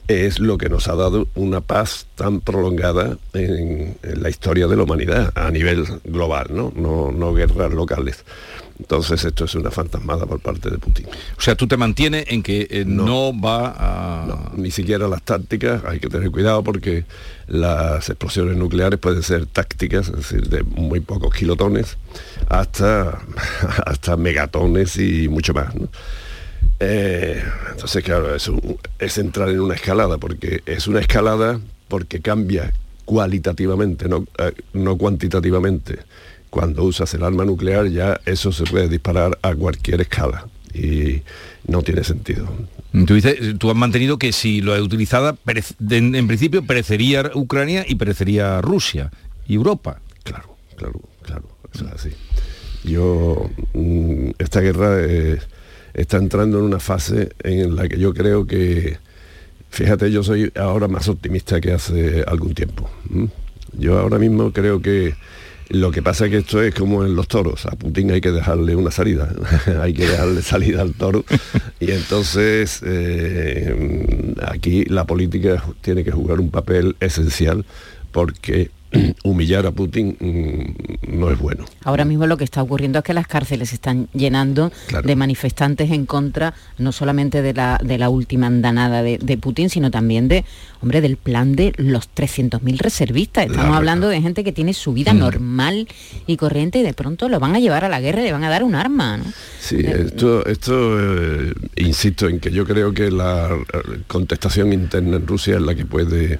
es lo que nos ha dado una paz tan prolongada en la historia de la humanidad a nivel global, no guerras locales. Entonces esto es una fantasmada por parte de Putin. O sea, tú te mantienes en que no va a... No, ni siquiera las tácticas, hay que tener cuidado porque las explosiones nucleares pueden ser tácticas, es decir, de muy pocos kilotones hasta megatones y mucho más, ¿no? Entonces, claro, es entrar en una escalada, porque es una escalada porque cambia cualitativamente, no cuantitativamente. Cuando usas el arma nuclear ya eso se puede disparar a cualquier escala y no tiene sentido. Tú has mantenido que si lo he utilizada, en principio perecería Ucrania y perecería Rusia y Europa. Claro, eso es así. Esta guerra está entrando en una fase en la que yo creo que, fíjate, yo soy ahora más optimista que hace algún tiempo. Yo ahora mismo creo que lo que pasa es que esto es como en los toros, a Putin hay que dejarle una salida, hay que dejarle salida al toro, y entonces aquí la política tiene que jugar un papel esencial, porque humillar a Putin no es bueno. Ahora mismo lo que está ocurriendo es que las cárceles se están llenando de manifestantes en contra, no solamente de la última andanada de Putin, sino también del plan de los 300.000 reservistas. Estamos hablando de gente que tiene su vida normal y corriente y de pronto lo van a llevar a la guerra y le van a dar un arma, ¿no? Sí, esto insisto en que yo creo que la contestación interna en Rusia es la que puede...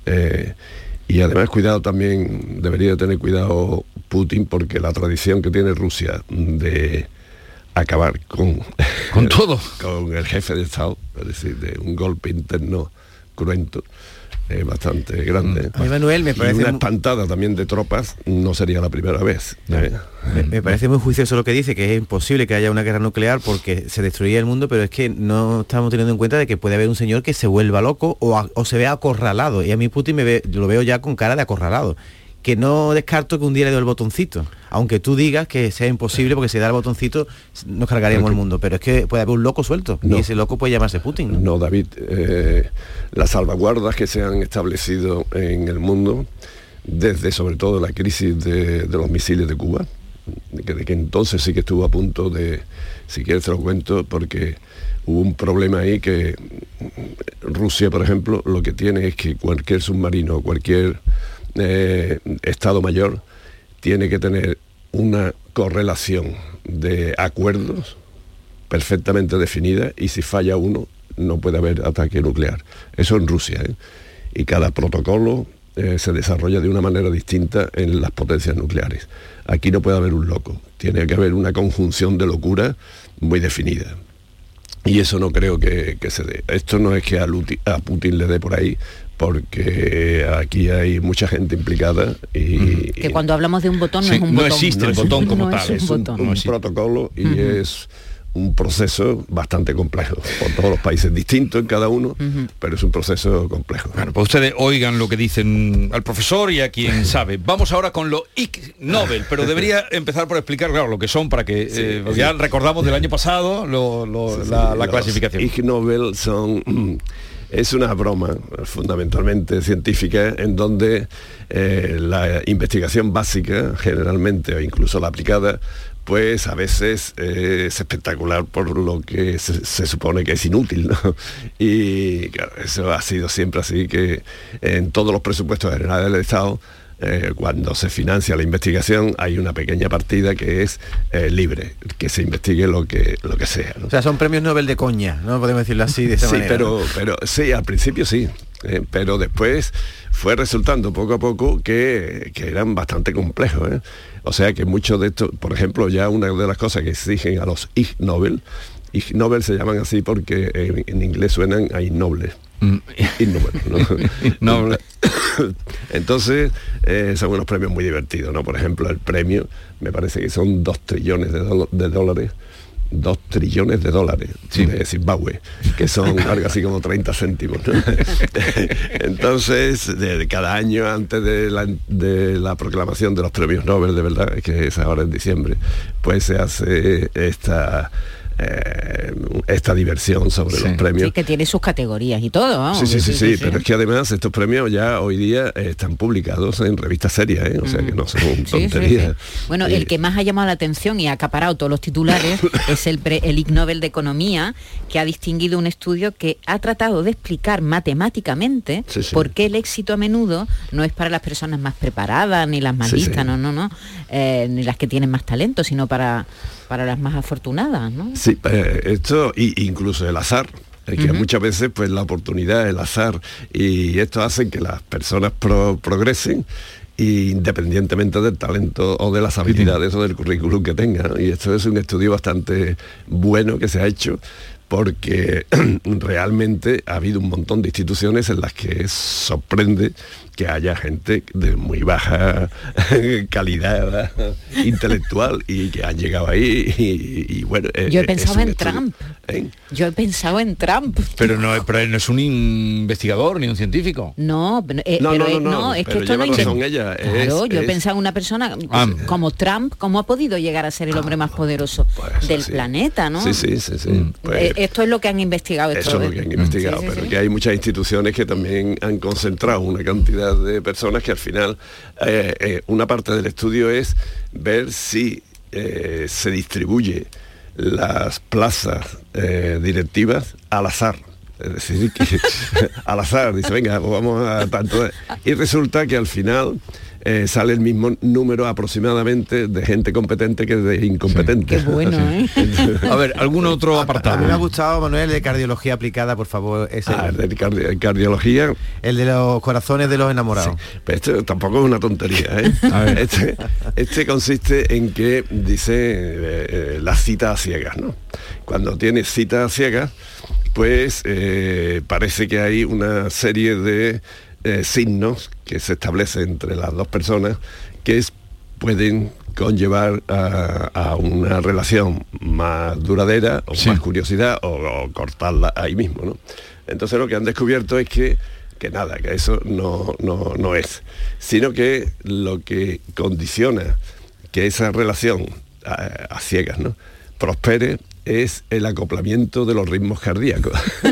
y además cuidado también, debería tener cuidado Putin, porque la tradición que tiene Rusia de acabar con todo, con el jefe de Estado, es decir, de un golpe interno cruento, es bastante grande. A mí, Manuel, me parece... Y una espantada también de tropas no sería la primera vez. Me parece muy juicioso lo que dice, que es imposible que haya una guerra nuclear porque se destruiría el mundo, pero es que no estamos teniendo en cuenta de que puede haber un señor que se vuelva loco o se vea acorralado. Y a mí Putin lo veo ya con cara de acorralado. Que no descarto que un día le dé el botoncito, aunque tú digas que sea imposible, porque si da el botoncito nos cargaríamos el mundo, pero es que puede haber un loco suelto, y ese loco puede llamarse Putin. No, David, las salvaguardas que se han establecido en el mundo, desde sobre todo la crisis de los misiles de Cuba, de que entonces sí que estuvo a punto de, si quieres te lo cuento, porque hubo un problema ahí que Rusia, por ejemplo, lo que tiene es que cualquier submarino, cualquier Estado Mayor tiene que tener una correlación de acuerdos perfectamente definida, y si falla uno no puede haber ataque nuclear. Eso en Rusia, y cada protocolo se desarrolla de una manera distinta en las potencias nucleares. Aquí no puede haber un loco, tiene que haber una conjunción de locura muy definida. Y eso no creo que se dé. Esto no es que a Putin le dé por ahí, porque aquí hay mucha gente implicada y que cuando hablamos de un botón no es un botón. No existe el botón como tal, es un protocolo y es un proceso bastante complejo, por todos los países distintos en cada uno, pero es un proceso complejo. Bueno, pues ustedes oigan lo que dicen al profesor y a quien sabe. Vamos ahora con los Ig Nobel, pero debería empezar por explicar, claro, lo que son, para que ya recordamos del año pasado la clasificación. Ig Nobel es una broma fundamentalmente científica, en donde la investigación básica, generalmente, o incluso la aplicada, pues a veces es espectacular por lo que se supone que es inútil, ¿no? Y claro, eso ha sido siempre así, que en todos los presupuestos generales del Estado, cuando se financia la investigación, hay una pequeña partida que es libre, que se investigue lo que sea, ¿no? O sea, son premios Nobel de coña, ¿no? Podemos decirlo así, de esa manera. Pero sí, al principio sí, pero después fue resultando poco a poco que eran bastante complejos, ¿eh? O sea que muchos de estos, por ejemplo, ya una de las cosas que exigen a los Ig Nobel se llaman así porque en inglés suenan a innobles. ¿no? Entonces son unos premios muy divertidos, ¿no? Por ejemplo, el premio me parece que son 2 trillones de dólares. 2 trillones de dólares de Zimbabue, que son algo así como 30 céntimos, ¿no? Entonces, cada año antes de la proclamación de los premios Nobel, de verdad, que es ahora en diciembre, pues se hace esta esta diversión sobre los premios. Sí, que tiene sus categorías y todo, vamos. Sí, pero es que además estos premios ya hoy día están publicados en revistas serias, o sea que no son tonterías. Bueno, el que más ha llamado la atención y ha acaparado todos los titulares es el Ig Nobel de Economía, que ha distinguido un estudio que ha tratado de explicar matemáticamente por qué el éxito a menudo no es para las personas más preparadas, ni las más listas, ni las que tienen más talento, sino para las más afortunadas, ¿no? Sí, esto incluso el azar. Que muchas veces pues la oportunidad, el azar y esto hacen que las personas progresen independientemente del talento o de las habilidades o del currículum que tengan, ¿no? Y esto es un estudio bastante bueno que se ha hecho, porque realmente ha habido un montón de instituciones en las que sorprende que haya gente de muy baja calidad intelectual y que han llegado ahí y bueno... Yo he pensado en Trump. Yo he pensado en Trump. Pero él no es un investigador ni un científico. No, es que esto no razón ella. Claro, yo he pensado en una persona como Trump, ¿cómo ha podido llegar a ser el hombre más poderoso del planeta, no? Sí. Pues, esto es lo que han investigado. Eso es lo que han investigado, pero que hay muchas instituciones que también han concentrado una cantidad de personas que al final una parte del estudio es ver si se distribuye las plazas directivas al azar. Es decir, que al azar, dice, venga, pues vamos a tanto. Y resulta que al final sale el mismo número aproximadamente de gente competente que de incompetente. Qué bueno, ¿eh? A ver, ¿algún otro apartado? A mí me ha gustado, Manuel, de cardiología aplicada, por favor. De cardiología. El de los corazones de los enamorados. Sí. Pero esto tampoco es una tontería, ¿eh? A ver. Este consiste en que dice las citas a ciegas, ¿no? Cuando tienes citas a ciegas, pues parece que hay una serie de signos que se establecen entre las dos personas que pueden conllevar a una relación más duradera o más curiosidad o cortarla ahí mismo, ¿no? Entonces lo que han descubierto es que nada, que eso no es, sino que lo que condiciona que esa relación a ciegas, ¿no?, prospere es el acoplamiento de los ritmos cardíacos.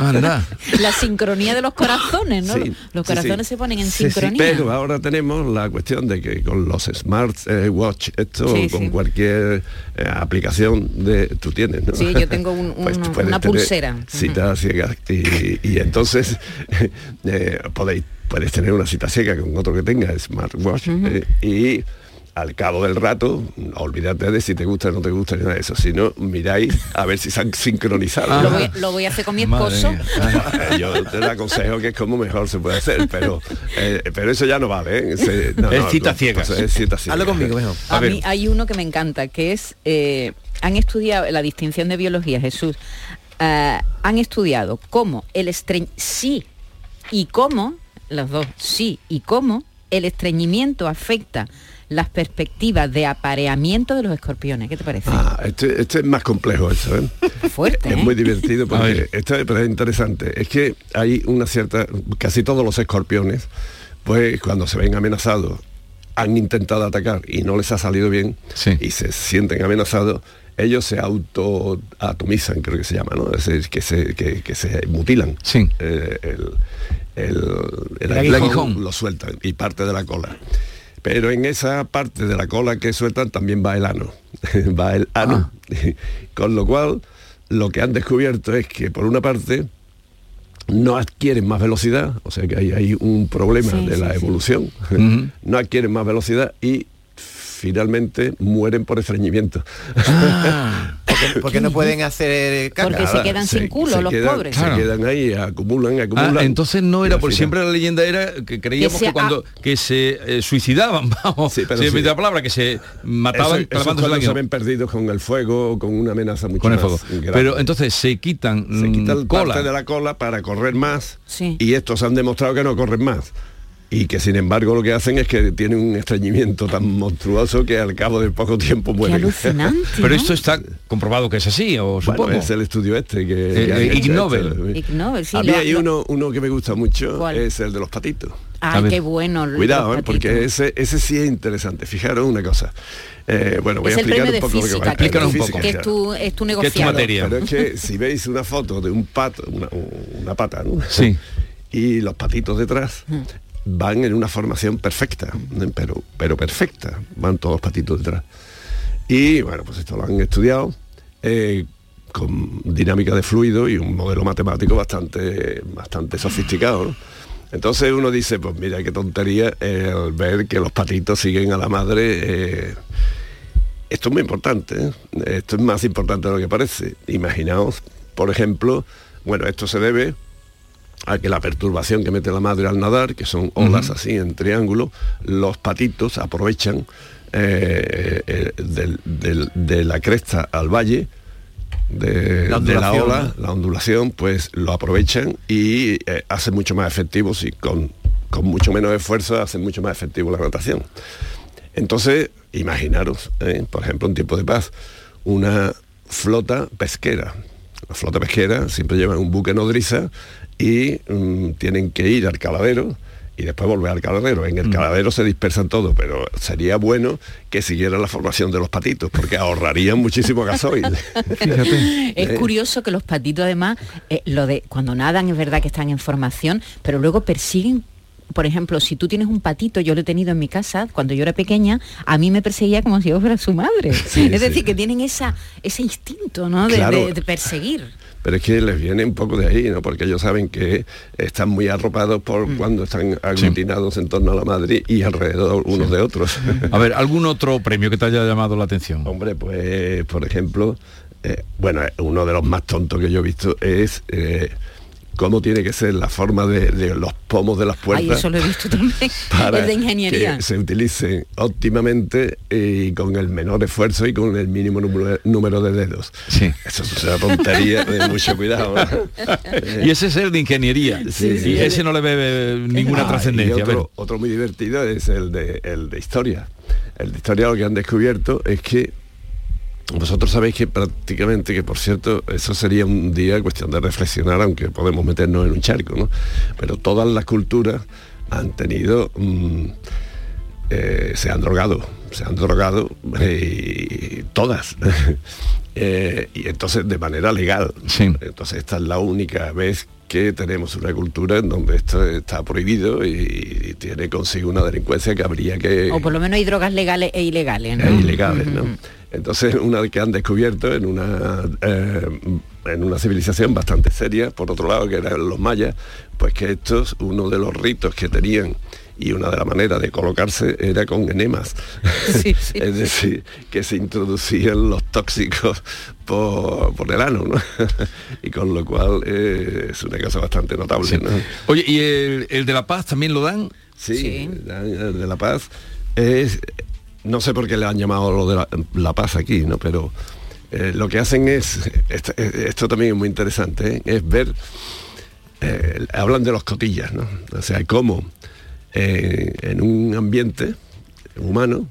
La sincronía de los corazones, ¿no? Los corazones se ponen en sincronía. Pero ahora tenemos la cuestión de que con los Smart Watch, con cualquier aplicación tú tienes, ¿no? Sí, yo tengo una pulsera. Cita ciega. Y entonces puedes tener una cita ciega con otro que tenga Smartwatch y al cabo del rato, olvídate de si te gusta o no te gusta ni nada de eso, sino miráis a ver si se han sincronizado. Lo voy a hacer con mi esposo. Yo te aconsejo que es como mejor se puede hacer, pero eso ya no vale, ¿eh? Es cita ciega. Es cita ciega. Hazlo conmigo, mejor. A mí hay uno que me encanta, que es, han estudiado la distinción de biología, Jesús, han estudiado cómo los dos, sí y cómo el estreñimiento afecta las perspectivas de apareamiento de los escorpiones. ¿Qué te parece? Este es más complejo eso, ¿eh? Fuerte, es muy divertido porque esto es interesante. Es que hay una cierta... Casi todos los escorpiones, pues cuando se ven amenazados, han intentado atacar y no les ha salido bien y se sienten amenazados, ellos se autoatomizan, creo que se llama, ¿no? Es decir, que se mutilan. Sí. El aguijón lo sueltan y parte de la cola. Pero en esa parte de la cola que sueltan también va el ano. Va el ano. Con lo cual, lo que han descubierto es que, por una parte, no adquieren más velocidad, o sea que hay un problema de la evolución. No adquieren más velocidad y finalmente mueren por estreñimiento. Porque no pueden hacer caca. Porque se quedan sin culo los pobres. Se quedan ahí, acumulan. Entonces no era por siempre la leyenda era que creíamos que se suicidaban, vamos, la palabra, que se mataban clavándose la se ven perdidos con el fuego, con una amenaza mucho más grande. Pero entonces se quitan cola. Parte de la cola para correr más y estos han demostrado que no corren más. y que sin embargo lo que hacen es que tienen un estreñimiento tan monstruoso que al cabo de poco tiempo mueren. Qué alucinante, Pero ¿no? esto está comprobado que es así, o supongo. Bueno, es el estudio que Ig Nobel. Ig Nobel, sí, a mí hay uno que me gusta mucho. ¿Cuál? Es el de los patitos. Ay, qué bueno. Cuidado, porque ese sí es interesante. Fijaros una cosa. Bueno, voy a explicar un poco lo que va a explicar un poco. Que es tu negociado. Pero es que si veis una foto de un pato, una pata, ¿no? Sí. Y los patitos detrás van en una formación perfecta, pero perfecta. Van todos los patitos detrás. Y bueno, pues esto lo han estudiado con dinámica de fluido y un modelo matemático bastante sofisticado, ¿no? Entonces uno dice, pues mira qué tontería el ver que los patitos siguen a la madre. Esto es muy importante, ¿eh? Esto es más importante de lo que parece. Imaginaos, por ejemplo, bueno, esto se debe a que la perturbación que mete la madre al nadar, que son olas así en triángulo, los patitos aprovechan de la cresta al valle, de la ola, la ondulación, pues lo aprovechan y hace mucho más efectivo, y con mucho menos esfuerzo hace mucho más efectivo la natación. Entonces, imaginaros, por ejemplo, en tiempo de paz, una flota pesquera. La flota pesquera siempre lleva un buque nodriza y tienen que ir al caladero y después volver al caladero. En el caladero se dispersan todo, pero sería bueno que siguieran la formación de los patitos, porque ahorrarían muchísimo gasoil. Fíjate. Es curioso que los patitos, además, cuando nadan es verdad que están en formación, pero luego persiguen. Por ejemplo, si tú tienes un patito, yo lo he tenido en mi casa, cuando yo era pequeña, a mí me perseguía como si yo fuera su madre. Sí, es decir, que tienen ese instinto, ¿no? De perseguir. Pero es que les viene un poco de ahí, ¿no? Porque ellos saben que están muy arropados por cuando están aglutinados en torno a la madre y alrededor unos de otros. A ver, ¿algún otro premio que te haya llamado la atención? Hombre, pues, por ejemplo, bueno, uno de los más tontos que yo he visto es cómo tiene que ser la forma de los pomos de las puertas. Ay, eso lo he visto también. Para es de ingeniería. Que se utilicen óptimamente y con el menor esfuerzo y con el mínimo número de dedos. Sí. Eso es una tontería de mucho cuidado, ¿no? Y ese es el de ingeniería. Sí, y ese no le ve ninguna trascendencia. Otro muy divertido es el de historia. El de historia, lo que han descubierto es que vosotros sabéis que prácticamente, que por cierto, eso sería un día cuestión de reflexionar, aunque podemos meternos en un charco, ¿no? Pero todas las culturas han tenido, se han drogado, todas. Y entonces de manera legal. Sí. Entonces esta es la única vez que tenemos una cultura en donde esto está prohibido y tiene consigo una delincuencia que habría que... O por lo menos hay drogas legales e ilegales, ¿no? Ilegales, ¿no? Entonces, una que han descubierto en una civilización bastante seria, por otro lado, que eran los mayas, pues que estos, uno de los ritos que tenían y una de las maneras de colocarse era con enemas. Sí. Es decir, que se introducían los tóxicos por el ano, ¿no? Y con lo cual es una cosa bastante notable, sí. ¿no? Oye, ¿y el de la paz también lo dan? Sí. El de la paz es... No sé por qué le han llamado lo de la paz aquí, ¿no? Pero lo que hacen es, esto también es muy interesante, es ver, hablan de los cotillas, ¿no? O sea, cómo en un ambiente humano,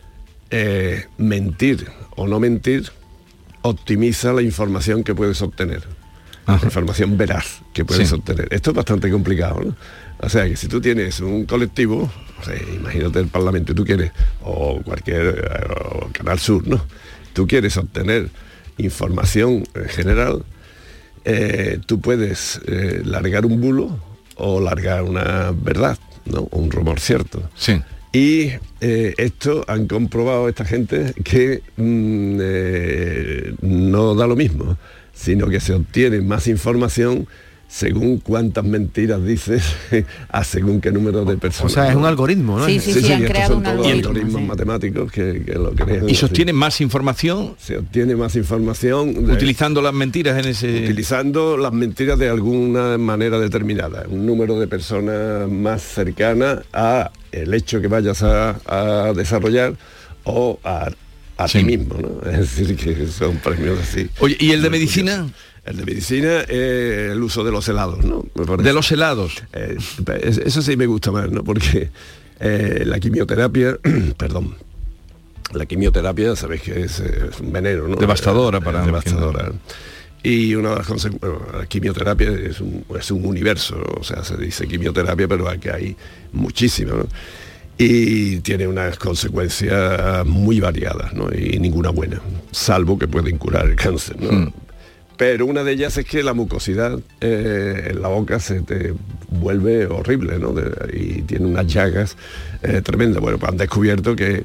mentir o no mentir optimiza la información que puedes obtener. La información veraz que puedes obtener. Esto es bastante complicado, ¿no? O sea, que si tú tienes un colectivo, o sea, imagínate el Parlamento y tú quieres, o Canal Sur, ¿no? Tú quieres obtener información en general, tú puedes largar un bulo o largar una verdad, ¿no? Un rumor cierto. Sí. Y esto han comprobado esta gente que no da lo mismo, sino que se obtiene más información según cuántas mentiras dices a según qué número de personas. O sea, es un algoritmo, ¿no? Sí, han creado un algoritmo. Algoritmos matemáticos que lo crean. ¿Y se obtiene más información? Se obtiene más información. Utilizando las mentiras en ese... Utilizando las mentiras de alguna manera determinada. Un número de personas más cercana a el hecho que vayas a desarrollar o a ti mismo, ¿no? Es decir, que son premios así. Oye, ¿y el de medicina? El de medicina es el uso de los helados, ¿no? De los helados. Eso sí me gusta más, ¿no? Porque la quimioterapia, perdón, la quimioterapia, sabéis que es un veneno, ¿no? Devastadora para... Devastadora. Y una de las consecuencias, la quimioterapia es un universo, o sea, se dice quimioterapia, pero aquí hay muchísimas, ¿no? Y tiene unas consecuencias muy variadas, ¿no? Y ninguna buena, salvo que pueden curar el cáncer, ¿no? Pero una de ellas es que la mucosidad en la boca se te vuelve horrible, ¿no? Y tiene unas llagas tremendas. Bueno, pues han descubierto que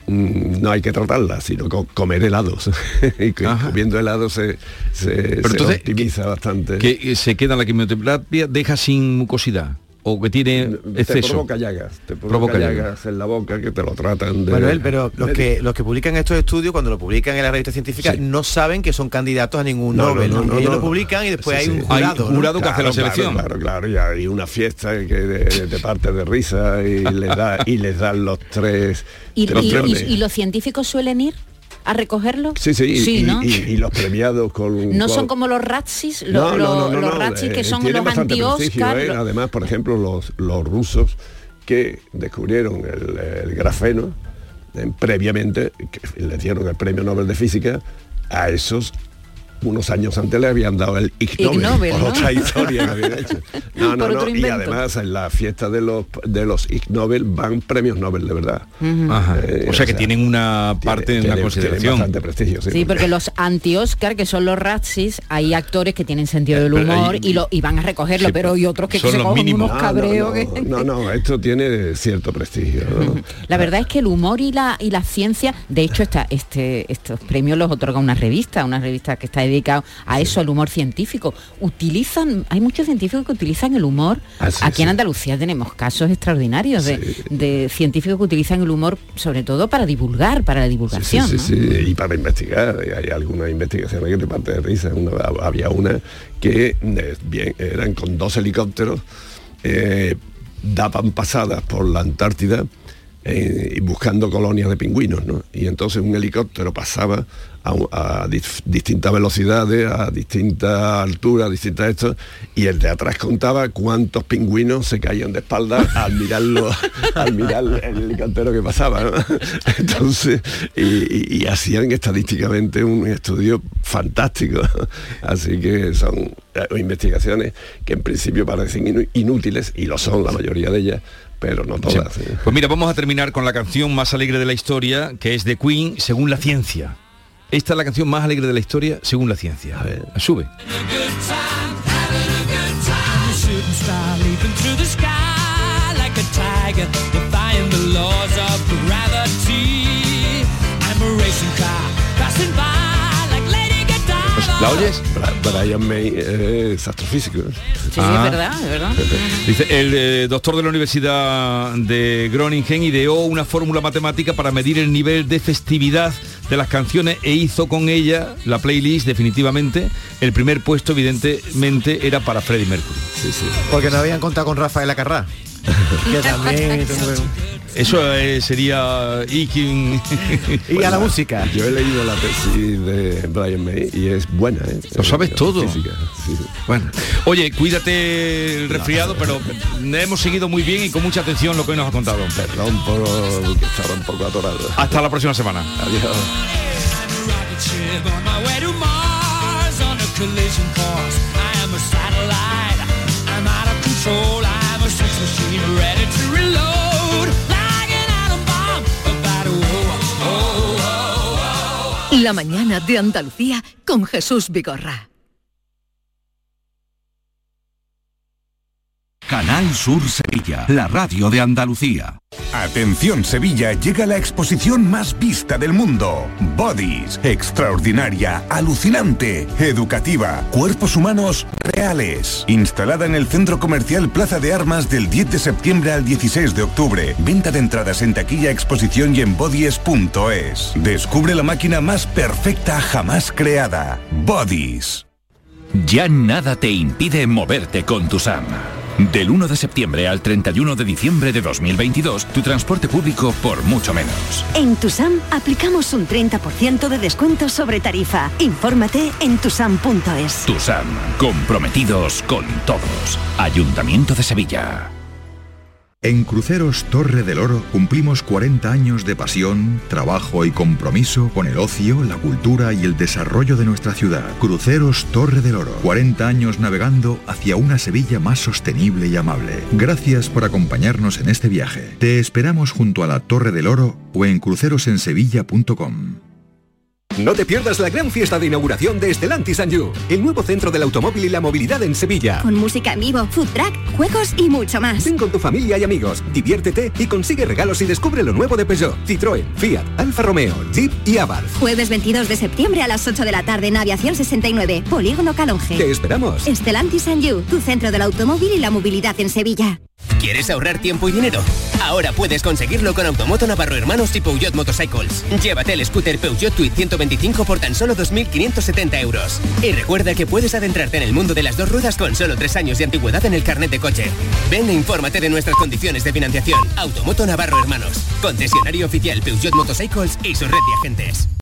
no hay que tratarla, sino comer helados. Y que comiendo helados se entonces, optimiza bastante. Que se queda la quimioterapia, deja sin mucosidad. O que tiene exceso. Te provoca llagas en la boca que te lo tratan de... Manuel, pero los que publican estos estudios, cuando lo publican en la revista científica, no saben que son candidatos a ningún Nobel. Ellos lo publican y después hay un jurado. Hay un jurado que hace la selección. Claro, y hay una fiesta que te parte de risa y les dan los tres... ¿Y los científicos suelen ir a recogerlo? Sí, ¿no? y los premiados con... No son como los Razzies, los Razzies que son los anti-Oscar. Además, por ejemplo, los rusos que descubrieron el grafeno previamente, que les dieron el premio Nobel de Física, a esos unos años antes le habían dado el Ig Nobel, por otra historia que habían hecho. No. Y además en la fiesta de los Ig Nobel van premios Nobel de verdad. O sea que tienen una parte en la consideración. Tienen bastante prestigio, sí, porque los anti-Oscar, que son los Razzies, hay actores que tienen sentido del humor y van a recogerlo, sí, pero hay otros que se cogen unos cabreos. No, esto tiene cierto prestigio, ¿no? La verdad es que el humor y la ciencia, de hecho estos premios los otorga una revista que está dedicado a eso, al humor científico. Hay muchos científicos que utilizan el humor. Aquí en Andalucía tenemos casos extraordinarios de científicos que utilizan el humor sobre todo para divulgar, para la divulgación. Sí, y para investigar. Hay algunas investigaciones que te parte de risa. Había una que eran con 2 helicópteros, daban pasadas por la Antártida buscando colonias de pingüinos, ¿no? Y entonces un helicóptero pasaba a distintas velocidades, a distintas alturas, y el de atrás contaba cuántos pingüinos se caían de espalda al mirar el helicóptero que pasaba, ¿no? Entonces, y hacían estadísticamente un estudio fantástico. Así que son investigaciones que en principio parecen inútiles, y lo son la mayoría de ellas, pero no todas. Sí. Pues mira, vamos a terminar con la canción más alegre de la historia, que es de Queen, Según la ciencia. Esta es la canción más alegre de la historia, según la ciencia. A ver, sube. ¿La oyes? Brian May es astrofísico. Sí, es verdad. Dice, el doctor de la Universidad de Groningen ideó una fórmula matemática para medir el nivel de festividad de las canciones e hizo con ella la playlist. Definitivamente el primer puesto evidentemente era para Freddie Mercury. Sí. Porque no habían contado con Rafael Acarrá. Que también eso sería y a la música. Yo he leído la tesis de Brian May y es buena, ¿eh? Lo sabes todo. Física, sí. Bueno, oye, cuídate el resfriado, pero hemos seguido muy bien y con mucha atención lo que hoy nos ha contado. Perdón por que estaba un poco atorado. Hasta la próxima semana. Adiós. La mañana de Andalucía con Jesús Vigorra. Canal Sur Sevilla, la radio de Andalucía. Atención Sevilla, llega la exposición más vista del mundo. Bodies, extraordinaria, alucinante, educativa, cuerpos humanos reales. Instalada en el Centro Comercial Plaza de Armas del 10 de septiembre al 16 de octubre. Venta de entradas en taquilla, exposición y en bodies.es. Descubre la máquina más perfecta jamás creada. Bodies. Ya nada te impide moverte con TUSAM. Del 1 de septiembre al 31 de diciembre de 2022, tu transporte público por mucho menos. En Tusam aplicamos un 30% de descuento sobre tarifa. Infórmate en tusam.es. Tusam, comprometidos con todos. Ayuntamiento de Sevilla. En Cruceros Torre del Oro cumplimos 40 años de pasión, trabajo y compromiso con el ocio, la cultura y el desarrollo de nuestra ciudad. Cruceros Torre del Oro, 40 años navegando hacia una Sevilla más sostenible y amable. Gracias por acompañarnos en este viaje. Te esperamos junto a la Torre del Oro o en crucerosensevilla.com. No te pierdas la gran fiesta de inauguración de Stellantis and You, el nuevo centro del automóvil y la movilidad en Sevilla. Con música en vivo, food truck, juegos y mucho más. Ven con tu familia y amigos, diviértete y consigue regalos y descubre lo nuevo de Peugeot, Citroën, Fiat, Alfa Romeo, Jeep y Abarth. Jueves 22 de septiembre a las 8 de la tarde en Aviación 69, Polígono Calonge. Te esperamos. Stellantis and You, tu centro del automóvil y la movilidad en Sevilla. ¿Quieres ahorrar tiempo y dinero? Ahora puedes conseguirlo con Automoto Navarro Hermanos y Peugeot Motorcycles. Llévate el scooter Peugeot Tweed 125 por tan solo 2.570 euros. Y recuerda que puedes adentrarte en el mundo de las dos ruedas con solo 3 años de antigüedad en el carnet de coche. Ven e infórmate de nuestras condiciones de financiación. Automoto Navarro Hermanos, concesionario oficial Peugeot Motorcycles y su red de agentes.